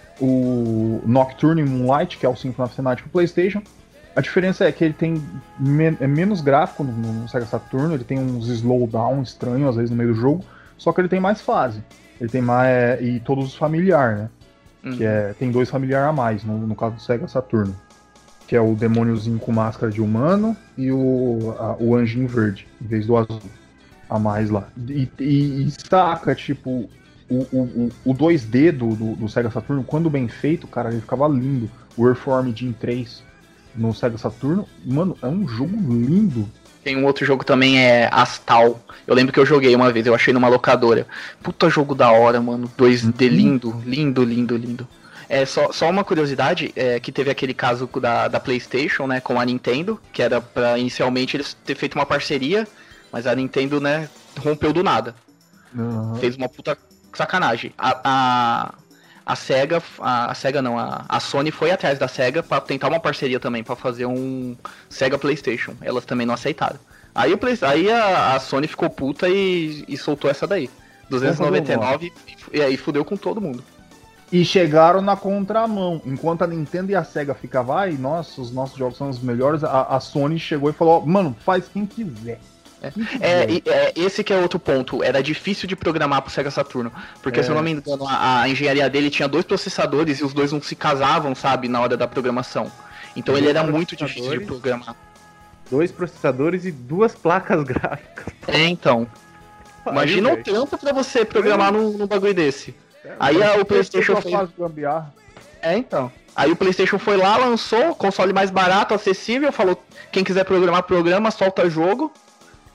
o Nocturne Moonlight, que é o Symphony of the Night pro PlayStation. A diferença é que ele tem men- é menos gráfico no, no Sega Saturn. Ele tem uns slowdown estranhos, às vezes, no meio do jogo. Só que ele tem mais fase. Ele tem mais... é, e todos os familiar, né? Hum. Que é, tem dois familiar a mais, no, no caso do Sega Saturn. Que é o demôniozinho com máscara de humano e o, a- o anjinho verde, em vez do azul. A mais lá. E, e, e saca, tipo, o, o, o, o dois D do, do, do Sega Saturno, quando bem feito, cara, ele ficava lindo. O Earthworm Jim três no Sega Saturno, mano, é um jogo lindo. Tem um outro jogo também, é Astal. Eu lembro que eu joguei uma vez, eu achei numa locadora. Puta jogo da hora, mano. dois D lindo, lindo, lindo, lindo. É, só, só uma curiosidade, é que teve aquele caso da, da PlayStation, né, com a Nintendo, que era pra inicialmente eles ter feito uma parceria, mas a Nintendo, né, rompeu do nada. Fez uma puta sacanagem. A, a, a SEGA, a, a SEGA não, a, a Sony foi atrás da SEGA pra tentar uma parceria também, pra fazer um SEGA PlayStation. Elas também não aceitaram. Aí, o Play, aí a, a Sony ficou puta e, e soltou essa daí. duzentos e noventa e nove e aí fudeu com todo mundo. E chegaram na contramão. Enquanto a Nintendo e a Sega ficavam, ai, nossa, os nossos jogos são os melhores, a, a Sony chegou e falou, ó, mano, faz quem quiser. Quem quiser. É, e- é, esse que é outro ponto. Era difícil de programar pro Sega Saturno. Porque, É. se eu não me engano, a, a engenharia dele tinha dois processadores e os dois não se casavam, sabe, na hora da programação. Então Dois ele era muito difícil de processadores. programar. Dois processadores e duas placas gráficas. É, então. Imagina o Aí, velho. trampo pra você programar num, num bagulho desse. Aí a- o PlayStation Só fez. faz gambiarra. É, então. Aí o PlayStation foi lá, lançou, console mais barato, acessível, falou: quem quiser programar, programa, solta jogo.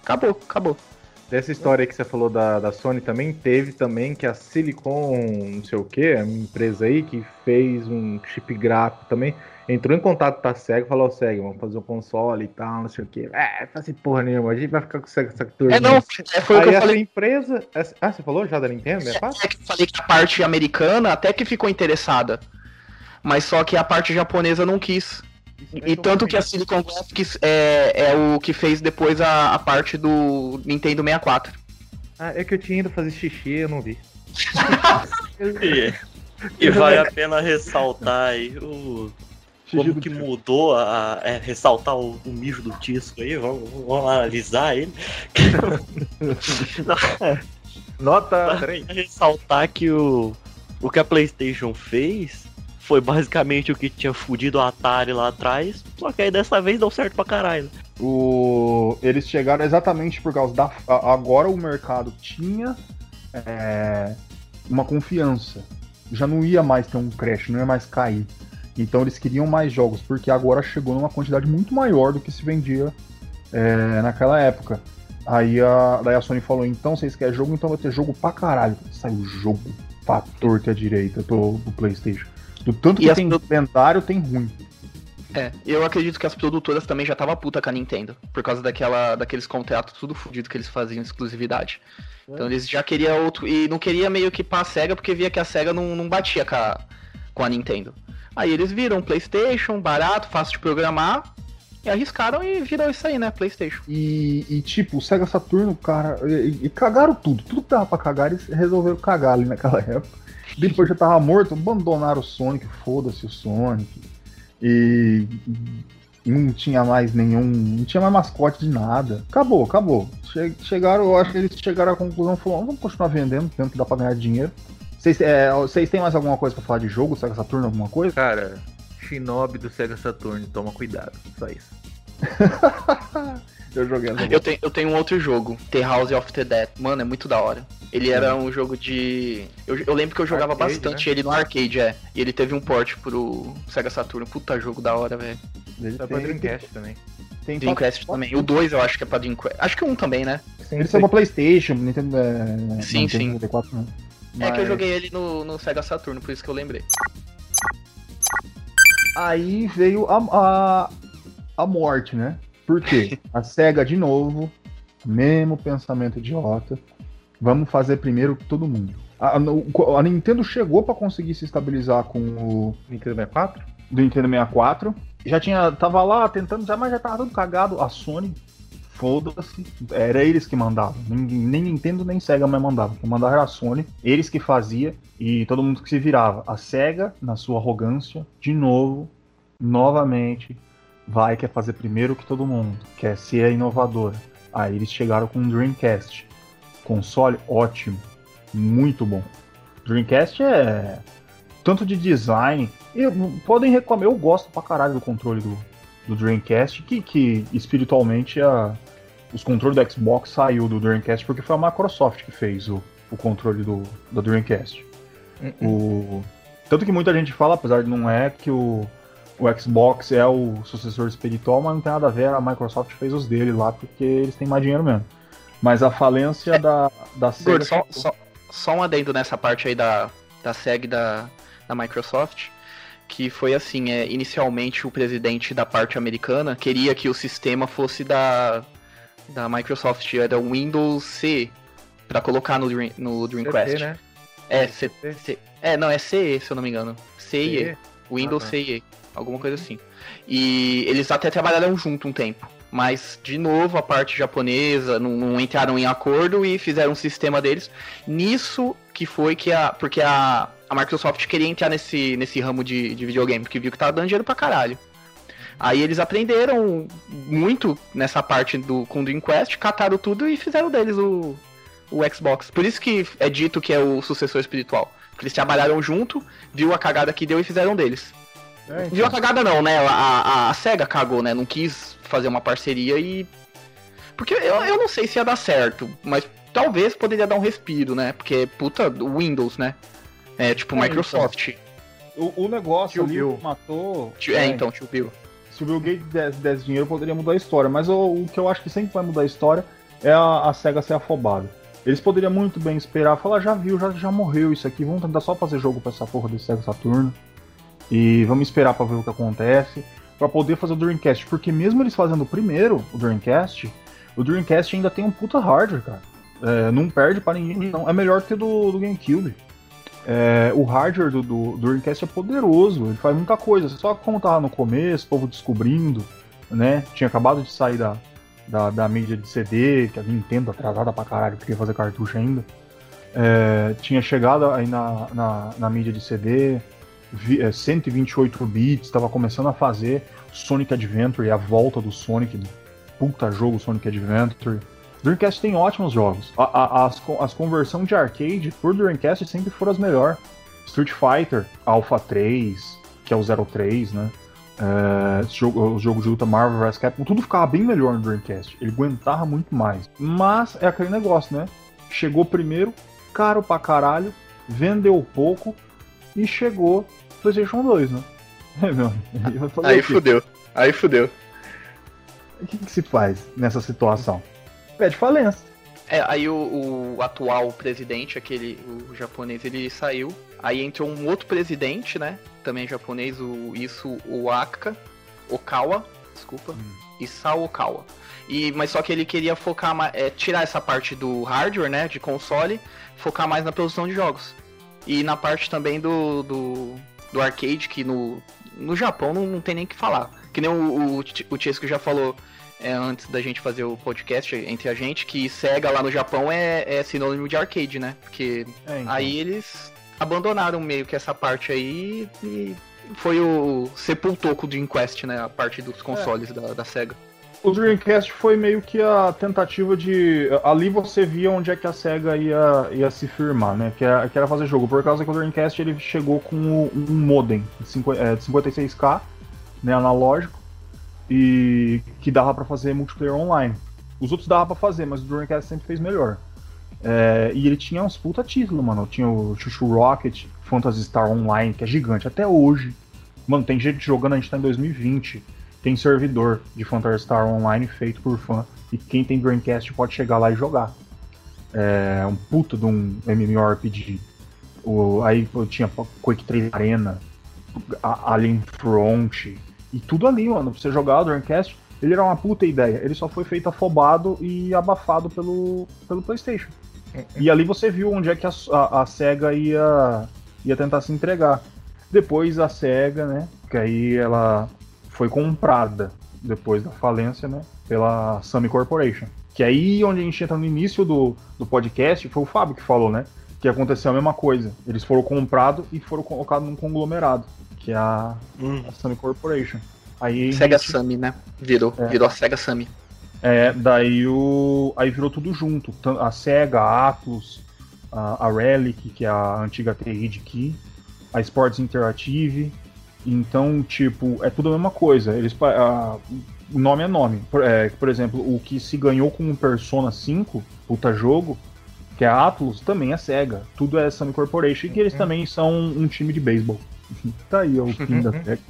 Acabou, acabou. Dessa história aí que você falou da, da Sony também, teve também que a Silicon, não sei o que, a minha empresa aí, que fez um chip gráfico também, entrou em contato com a SEGA e falou, ó, SEGA, vamos fazer um console e tal, não sei o que. É, fazer porra nenhuma, a gente vai ficar com essa, essa turma. É, não, é, foi aí o que eu essa falei. empresa... Essa, ah, você falou já da Nintendo? É, É, é que eu falei que a parte americana até que ficou interessada, mas só que a parte japonesa não quis. E tanto que a Silicon Graphics é, é o que fez depois a, a parte do Nintendo sessenta e quatro. Ah, é que eu tinha ido fazer xixi e eu não vi. E, e vale a pena ressaltar aí o, como que mudou a. É, ressaltar o, o mijo do Tisco aí, vamos, vamos analisar ele. Nota Pra ressaltar que o, o que a PlayStation fez foi basicamente o que tinha fudido a Atari lá atrás, só que aí dessa vez deu certo pra caralho. O... Eles chegaram exatamente por causa da. Agora o mercado tinha é, uma confiança. Já não ia mais ter um crash, não ia mais cair. Então eles queriam mais jogos, porque agora chegou numa quantidade muito maior do que se vendia é, naquela época. Aí a, daí a Sony falou, então vocês querem jogo, então vai ter jogo pra caralho. Saiu jogo pra torta à direita do, do PlayStation. Do tanto E que as tem pro- lendário, tem ruim. É, eu acredito que as produtoras também já estavam puta com a Nintendo, por causa daquela, daqueles contratos tudo fudido que eles faziam exclusividade. Então eles já queriam outro, e não queria meio que pra SEGA, porque via que a SEGA não, não batia com a, com a Nintendo. Aí eles viram um PlayStation, barato, fácil de programar, e arriscaram e virou isso aí, né, PlayStation. E, e, tipo, o Sega Saturno, cara, e, e cagaram tudo. Tudo que dava pra cagar, eles resolveram cagar ali naquela época. Depois já tava morto, abandonaram o Sonic, foda-se o Sonic. E não tinha mais nenhum. Não tinha mais mascote de nada. Acabou, acabou. Che- Chegaram, eu acho que eles chegaram à conclusão, falaram, vamos continuar vendendo, tanto que dá pra ganhar dinheiro. Vocês é, vocês têm mais alguma coisa pra falar de jogo, Sega Saturno, alguma coisa? Cara, Shinobi do Sega Saturn, toma cuidado, só isso. Eu joguei essa Eu tenho, eu tenho um outro jogo, The House of the Dead. Mano, é muito da hora. Ele era um jogo de... Eu, eu lembro que eu jogava Arcade, bastante né? ele no arcade, é. E ele teve um port pro Sega Saturn. Puta jogo da hora, velho. Ele Dá pra Dreamcast também. tem Dreamcast também. O dois eu acho que é pra Dreamcast. Acho que o um também, né? Ele saiu pra PlayStation, Nintendo. É, Sim, não, sim. Nintendo sessenta e quatro, não. É que eu Mas joguei ele no, no Sega Saturn, por isso que eu lembrei. Aí veio a, a, a morte, né? Por quê? A SEGA de novo, mesmo pensamento idiota. Vamos fazer primeiro que todo mundo. A, a- a Nintendo chegou pra conseguir se estabilizar com o Nintendo sessenta e quatro? do Nintendo sessenta e quatro. Já tinha, tava lá tentando, já, mas já tava tudo cagado. A Sony, foda-se, era eles que mandavam. Ninguém, nem Nintendo nem Sega mais mandavam. Quem mandava era a Sony, eles que fazia e todo mundo que se virava. A Sega, na sua arrogância, de novo, novamente, vai quer fazer primeiro que todo mundo, quer ser a inovadora. Aí eles chegaram com o Dreamcast. Console ótimo, muito bom. Dreamcast é tanto de design. E podem reclamar, eu gosto pra caralho do controle do, do Dreamcast, que, que espiritualmente a, os controles do Xbox saiu do Dreamcast porque foi a Microsoft que fez o, o controle do, do Dreamcast. O, tanto que muita gente fala, apesar de não é, que o, o Xbox é o sucessor espiritual, mas não tem nada a ver, a Microsoft fez os dele lá porque eles têm mais dinheiro mesmo. Mas a falência da, da Sega... Gordo, só, só, só um adendo nessa parte aí da, da SEG e da, da Microsoft, que foi assim, é, inicialmente o presidente da parte americana queria que o sistema fosse da, da Microsoft, era o Windows C, pra colocar no, Dream, no Dreamcast. C T, né? É, C, C, é, não, é C E, se eu não me engano. C E, C E? Windows Ah, tá. C E, alguma coisa assim. E eles até trabalharam junto um tempo. Mas, de novo, a parte japonesa não, não entraram em acordo e fizeram um sistema deles. Nisso que foi que a... Porque a, a Microsoft queria entrar nesse, nesse ramo de, de videogame, porque viu que tava dando dinheiro pra caralho. Aí eles aprenderam muito nessa parte do, com o Dreamcast, cataram tudo e fizeram deles o, o Xbox. Por isso que é dito que é o sucessor espiritual. Porque eles trabalharam junto, viu a cagada que deu e fizeram deles. É, então. Viu a cagada não, né? A, a, a SEGA cagou, né? Não quis fazer uma parceria e... Porque eu, eu não sei se ia dar certo, mas talvez poderia dar um respiro, né? Porque, puta, o Windows, né? É, tipo, É, Microsoft. O, o negócio Tio ali Bill. matou... É, então, tipo, viu? Se o Bill Gates desse, desse dinheiro, poderia mudar a história. Mas o, o que eu acho que sempre vai mudar a história é a, a SEGA ser afobada. Eles poderiam muito bem esperar, falar, já viu, já, já morreu isso aqui, vamos tentar só fazer jogo pra essa porra desse Sega Saturno. E vamos esperar pra ver o que acontece, pra poder fazer o Dreamcast. Porque mesmo eles fazendo o primeiro, o Dreamcast, o Dreamcast ainda tem um puta hardware, cara. É, não perde pra ninguém, não. É melhor que o do, do GameCube. É, o hardware do, do, do Dreamcast é poderoso, ele faz muita coisa. Só como tava no começo, o povo descobrindo, né? Tinha acabado de sair da... Da, da mídia de C D, que a Nintendo atrasada pra caralho, queria fazer cartucho ainda. É, tinha chegado aí na, na, na mídia de C D, vi, é, cento e vinte e oito bits, estava começando a fazer Sonic Adventure, a volta do Sonic, puta jogo Sonic Adventure. Dreamcast tem ótimos jogos. A, a, as, as conversões de arcade por Dreamcast sempre foram as melhores. Street Fighter, Alpha três, que é o zero três, né? É, jogo, o jogo de luta Marvel versus. Capcom, tudo ficava bem melhor no Dreamcast. Ele aguentava muito mais. Mas é aquele negócio, né? Chegou primeiro, caro pra caralho, vendeu pouco e chegou PlayStation dois, né? É, meu, aí fudeu, aí fudeu. O que, que se faz nessa situação? Pede falência. É, aí o, o atual presidente, aquele, o japonês, ele saiu. Aí entrou um outro presidente, né? Também japonês, o Isu Owaka, Okawa, desculpa, hum. Isao Okawa. E, mas só que ele queria focar mais, é, tirar essa parte do hardware, né? De console, focar mais na produção de jogos. E na parte também do, do, do arcade, que no, no Japão não, não tem nem o que falar. Que nem o, o, o Chesco já falou é, antes da gente fazer o podcast entre a gente, que Sega lá no Japão é, é sinônimo de arcade, né? Porque é, então. Aí eles abandonaram meio que essa parte aí e foi o sepultou com o Dreamcast, né? A parte dos consoles é. da, da Sega. O Dreamcast foi meio que a tentativa de... Ali você via onde é que a SEGA ia, ia se firmar, né? Que era, que era fazer jogo. Por causa que o Dreamcast ele chegou com um modem de cinquenta e seis K, né, analógico, e que dava pra fazer multiplayer online. Os outros dava pra fazer, mas o Dreamcast sempre fez melhor. É, e ele tinha uns puta títulos, mano. Tinha o Chuchu Rocket, Phantasy Star Online, que é gigante até hoje. Mano, tem gente jogando, a gente tá em dois mil e vinte. Tem servidor de Phantasy Star Online feito por fã. E quem tem Dreamcast pode chegar lá e jogar. É um puta de um MMORPG. O, aí tinha Quake três Arena, Alien Front, e tudo ali, mano. Pra você jogar o Dreamcast, ele era uma puta ideia. Ele só foi feito afobado e abafado pelo, pelo PlayStation. E ali você viu onde é que a, a, a SEGA ia, ia tentar se entregar. Depois a SEGA, né, que aí ela foi comprada, depois da falência, né, pela Sony Corporation. Que aí onde a gente entra no início do, do podcast, foi o Fábio que falou, né, que aconteceu a mesma coisa. Eles foram comprados e foram colocados num conglomerado, que é a, hum. a Sony Corporation. Aí Sega gente... Sammy, né, virou, é. virou a Sega Sammy. É, daí o... aí virou tudo junto. A SEGA, a Atlus, a, a Relic, que é a antiga T I de Key, a Sports Interactive. Então, tipo, é tudo a mesma coisa. Eles, a, o nome é nome. Por, é, por exemplo, o que se ganhou com o Persona cinco, puta jogo, que é a Atlus, também é SEGA. Tudo é Sony Corporation, e que eles também são um time de beisebol. Tá aí, ó, o fim da SEGA.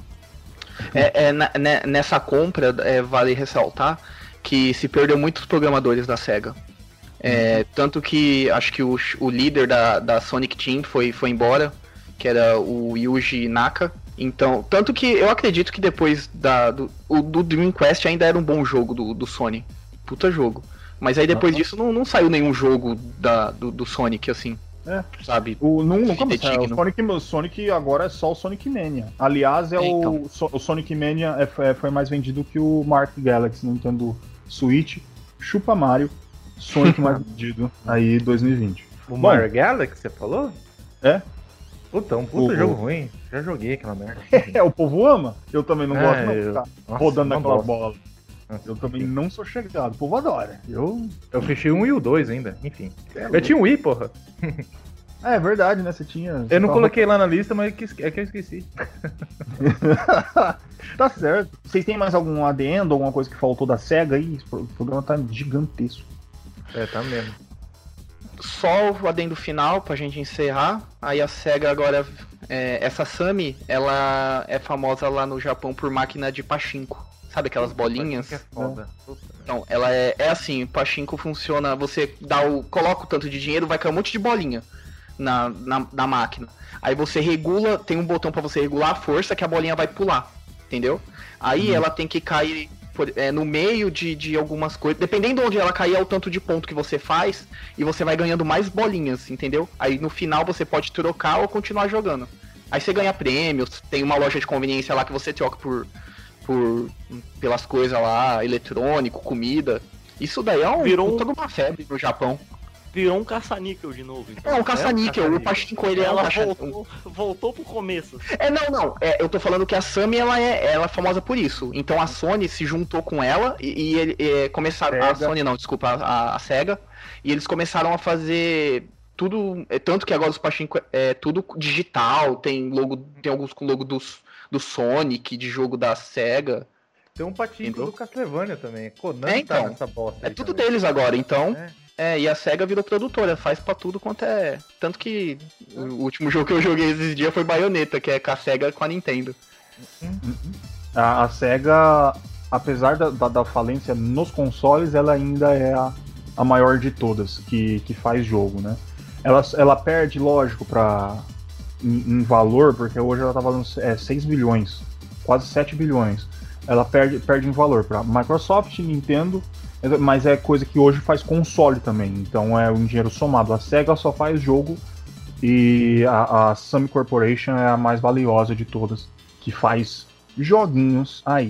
É, é, na, nessa compra, é, vale ressaltar que se perdeu muitos programadores da SEGA. É, uhum. Tanto que acho que o, o líder da, da Sonic Team foi, foi embora, que era o Yuji Naka. Então, tanto que eu acredito que depois da, do, o, do Dreamcast ainda era um bom jogo do, do Sony. Puta jogo. Mas aí depois uhum. disso não, não saiu nenhum jogo da, do, do Sonic, assim. É, sabe? O, não, nunca mais, é, o, Sonic, o Sonic agora é só o Sonic Mania. Aliás, é, é então. o, o Sonic Mania é, foi mais vendido que o Mark Galaxy no Nintendo Switch. Chupa Mario, Sonic mais vendido aí dois mil e vinte. O Mario Galaxy, você falou? É. Puta, um puta o, jogo ruim. Já joguei aquela merda. É, o povo ama. Eu também não é, gosto de ficar Nossa, rodando naquela gosto. bola. Nossa, eu também não sou chegado. O povo adora. Eu, eu fechei um e o dois ainda. Enfim. É, eu tinha um Wii, porra. É, é verdade, né? Você tinha... Você eu não tava... coloquei lá na lista, mas é que eu esqueci. Tá certo. Vocês têm mais algum adendo, alguma coisa que faltou da SEGA aí? O programa tá gigantesco. É, tá mesmo. Só o adendo final pra gente encerrar. Aí a SEGA agora, é, essa Sammy, ela é famosa lá no Japão por máquina de pachinko. Sabe aquelas bolinhas? Que é foda. Então, ela é, é assim, o Pachinko funciona, você dá o, coloca o tanto de dinheiro, vai cair um monte de bolinha na, na, na máquina. Aí você regula, tem um botão pra você regular a força que a bolinha vai pular, entendeu? Aí hum. ela tem que cair por, é, no meio de, de algumas coisas, dependendo de onde ela cair é o tanto de ponto que você faz, e você vai ganhando mais bolinhas, entendeu? Aí no final você pode trocar ou continuar jogando. Aí você ganha prêmios, tem uma loja de conveniência lá que você troca por... por pelas coisas lá, eletrônico, comida. Isso daí é um, Virou toda uma febre no Japão. Virou um caça-níquel de novo. Então. É um caça-níquel, é um caça o Pachinko ele ela é um caça... voltou, voltou pro começo. É, não, não, é, eu tô falando que a Sammy, ela é, ela é famosa por isso. Então a Sony se juntou com ela e, e ele e começaram... Sega. A Sony não, desculpa, a, a Sega. E eles começaram a fazer... tudo, é, tanto que agora os Pachinko é tudo digital, tem logo, tem alguns com logo dos, do Sonic, de jogo da Sega. Tem um Pachinko do Castlevania também, Konami é, então, tá nessa bosta. É tudo também. Deles agora, então, é. é, e a Sega virou produtora, faz pra tudo quanto é, tanto que é. o último jogo que eu joguei esses dias foi Bayonetta, que é com a Sega com a Nintendo. Uhum. A, a Sega, apesar da, da, da falência nos consoles, ela ainda é a, a maior de todas que, que faz jogo, né? Ela, ela perde, lógico, pra, em, em valor, porque hoje ela tá valendo é, seis bilhões, quase sete bilhões. Ela perde, perde em valor pra Microsoft, Nintendo, mas é coisa que hoje faz console também, então é um dinheiro somado. A Sega só faz jogo e a, a Sammy Corporation é a mais valiosa de todas, que faz joguinhos aí.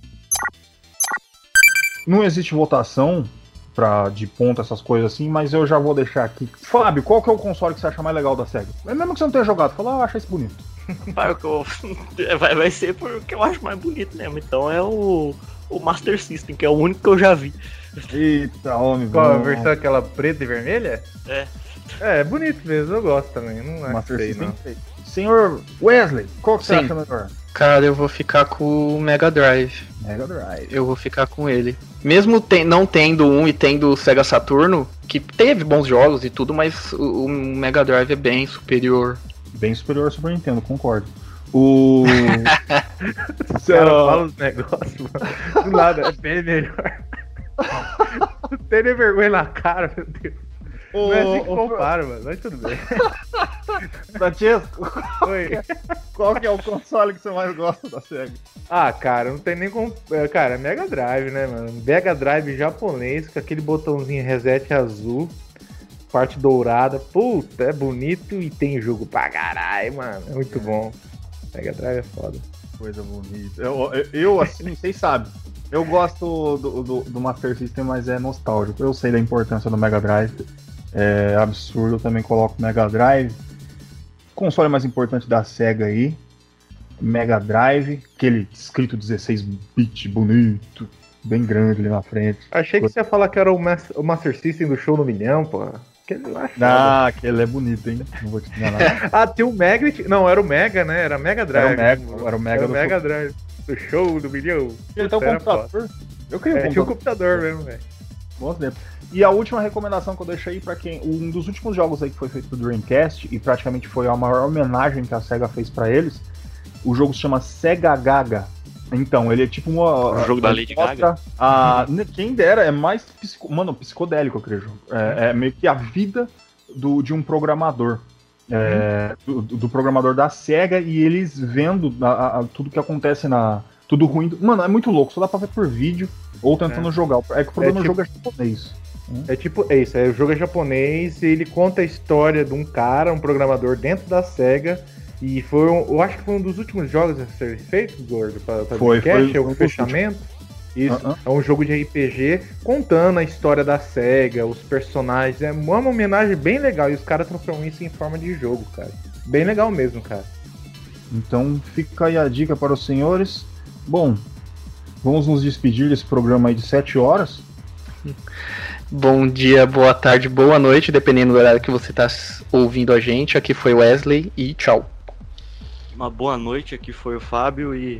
Não existe votação pra, de ponto, essas coisas assim, mas eu já vou deixar aqui. Fábio, qual que é o console que você acha mais legal da Sega? Mesmo que você não tenha jogado, fala, ah, eu acho isso bonito. Vai, vai, vai ser porque eu acho mais bonito mesmo. Então é o, o Master System, que é o único que eu já vi. Eita, homem. Qual a versão aquela preta e vermelha? É. É, é bonito mesmo, eu gosto também. Não é Master feio, System. não. Senhor Wesley, qual que você Sim. acha melhor? Cara, eu vou ficar com o Mega Drive. Mega Drive. Eu vou ficar com ele. Mesmo ten, não tendo um e tendo o Sega Saturno, que teve bons jogos e tudo, mas o, o Mega Drive é bem superior. Bem superior ao Super Nintendo, concordo. O. O cara fala os negócios, mano. Do nada, é bem melhor. Não tem nem vergonha na cara, meu Deus. O, não é assim que o, compara, mano, mas tudo bem. Francesco, Oi. Qual que é o console que você mais gosta da Sega? Ah, cara, não tem nem como. Cara, Mega Drive, né, mano? Mega Drive japonês, com aquele botãozinho reset azul, parte dourada. Puta, é bonito e tem jogo pra caralho, mano. É muito bom. Mega Drive é foda. Coisa bonita. Eu, eu, eu assim, vocês sabem. Eu gosto do, do, do Master System, mas é nostálgico. Eu sei da importância do Mega Drive. É absurdo, eu também coloco Mega Drive. Console mais importante da Sega aí. Mega Drive, aquele escrito dezesseis bit bonito, bem grande ali na frente. Achei que você ia falar que era o Master, o Master System do Show no Milhão, pô. Aquele lá é foda. Ah, aquele é bonito, hein? Não vou te enganar. Ah, tem o Mega. Não, era o Mega, né? Era Mega Drive. Era o Mega, era o Mega, era o do, Mega show. Drive. Do Show do Milhão. Ele tem um Era computador. foda. Eu queria um É, computador. tinha um computador mesmo, velho. Bons tempos. E a última recomendação que eu deixei pra quem. Um dos últimos jogos aí que foi feito pro Dreamcast, e praticamente foi a maior homenagem que a SEGA fez pra eles. O jogo se chama Sega Gaga. Então, ele é tipo uma. O jogo da Lady Gaga? A, quem dera, é mais psico, mano, psicodélico, eu creio. É, é meio que a vida do, de um programador. É, do, do programador da SEGA, e eles vendo a, a, tudo que acontece na. Tudo ruim. Do, mano, é muito louco, só dá pra ver por vídeo ou tentando É. jogar. É que o problema É do tipo- jogo é japonês. É tipo, é isso, é, o jogo é japonês e ele conta a história de um cara, um programador dentro da SEGA. E foi um, eu acho que foi um dos últimos jogos a ser feito, Gordo, pra, pra Foi, Dreamcast, foi é um o dos fechamento. Isso, Uh-uh. é um jogo de R P G contando a história da SEGA, os personagens. É uma homenagem bem legal e os caras transformam isso em forma de jogo, cara. Bem legal mesmo, cara. Então fica aí a dica para os senhores. Bom, vamos nos despedir desse programa aí de sete horas. Bom dia, boa tarde, boa noite, dependendo do horário que você está ouvindo a gente. Aqui foi Wesley e tchau. Uma boa noite, aqui foi o Fábio e.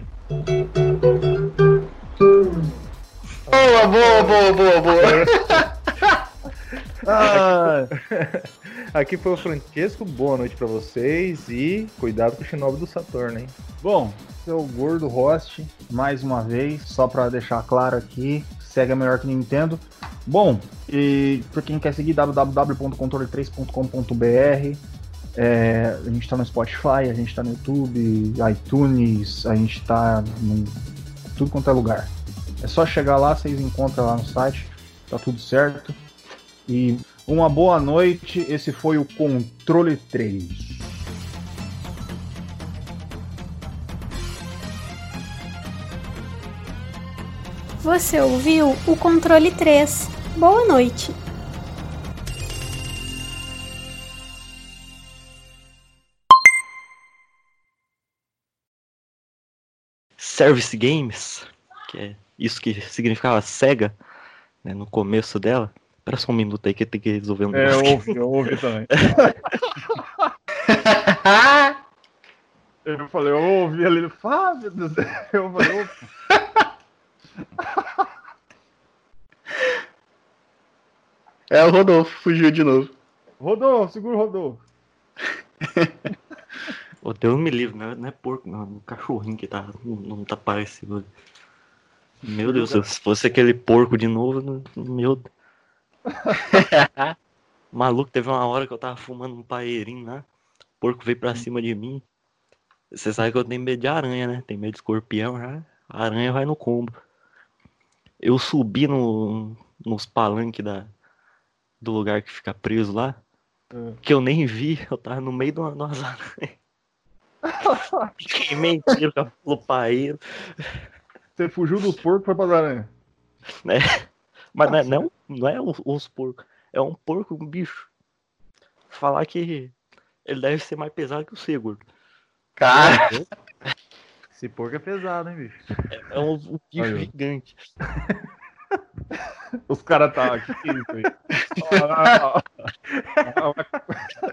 Boa, boa, boa, boa, boa. Ah, Aqui foi o Francesco, boa noite pra vocês e cuidado com o Shinobi do Saturno, hein? bom, esse é o Gordo Host, mais uma vez, só pra deixar claro aqui, Sega é melhor que Nintendo. Bom, e pra quem quer seguir, w w w ponto controle três ponto com ponto b r, é, a gente tá no Spotify, a gente tá no YouTube, iTunes, a gente tá em tudo quanto é lugar. É só chegar lá, vocês encontram lá no site, tá tudo certo. E uma boa noite, esse foi o Controle três. Você ouviu o Controle três. Boa noite. Service Games, que é isso que significava Sega, né, no começo dela. Espera só um minuto aí que tem que resolver um É, negócio. eu ouvi, eu ouvi também. Eu falei, eu ouvi ali, Fábio do céu. Eu falei, opa. É, o Rodolfo fugiu de novo. Rodolfo, segura o Rodolfo. Ô, Deus me livre, não é, não é porco, não. É um cachorrinho que tá, não, não tá parecido. Meu Deus, se fosse aquele porco de novo, não- meu Deus. Maluco, teve uma hora que eu tava fumando um paeirinho lá. O porco veio pra cima de mim. Você sabe que eu tenho medo de aranha, né? Tem medo de escorpião já. A aranha vai no combo. Eu subi no, nos palanques da, do lugar que fica preso lá. Que eu nem vi. Eu tava no meio de uma- de umas aranhas. Queimei tiro com o paeiro. Você fugiu dos porcos e foi pra aranha. Né? Mas não é, não, não é os, os porcos. É um porco, um bicho. Falar que ele deve ser mais pesado que o seguro. Cara, Esse porco é pesado, hein, bicho? É um, um bicho Aí, ó. gigante. Os caras tá aqui. Que isso aí? Ó, ó, ó.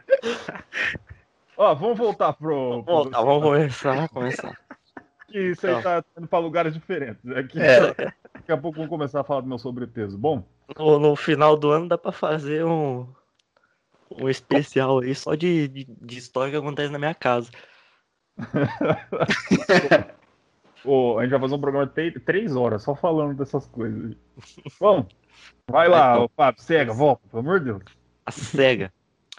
Ó, vamos voltar pro. pro- Vamos, tá, vamos começar, vamos começar. Que isso aí tá indo pra lugares diferentes. Aqui, É. Daqui a pouco vamos começar a falar do meu sobrepeso. Bom, No, no final do ano dá pra fazer um, um especial aí só de, de, de história que acontece na minha casa. ô, a gente vai fazer um programa de te- três horas só falando dessas coisas. Bom, vai lá, Então. ô, Fábio, cega, volta, pelo amor de Deus. A SEGA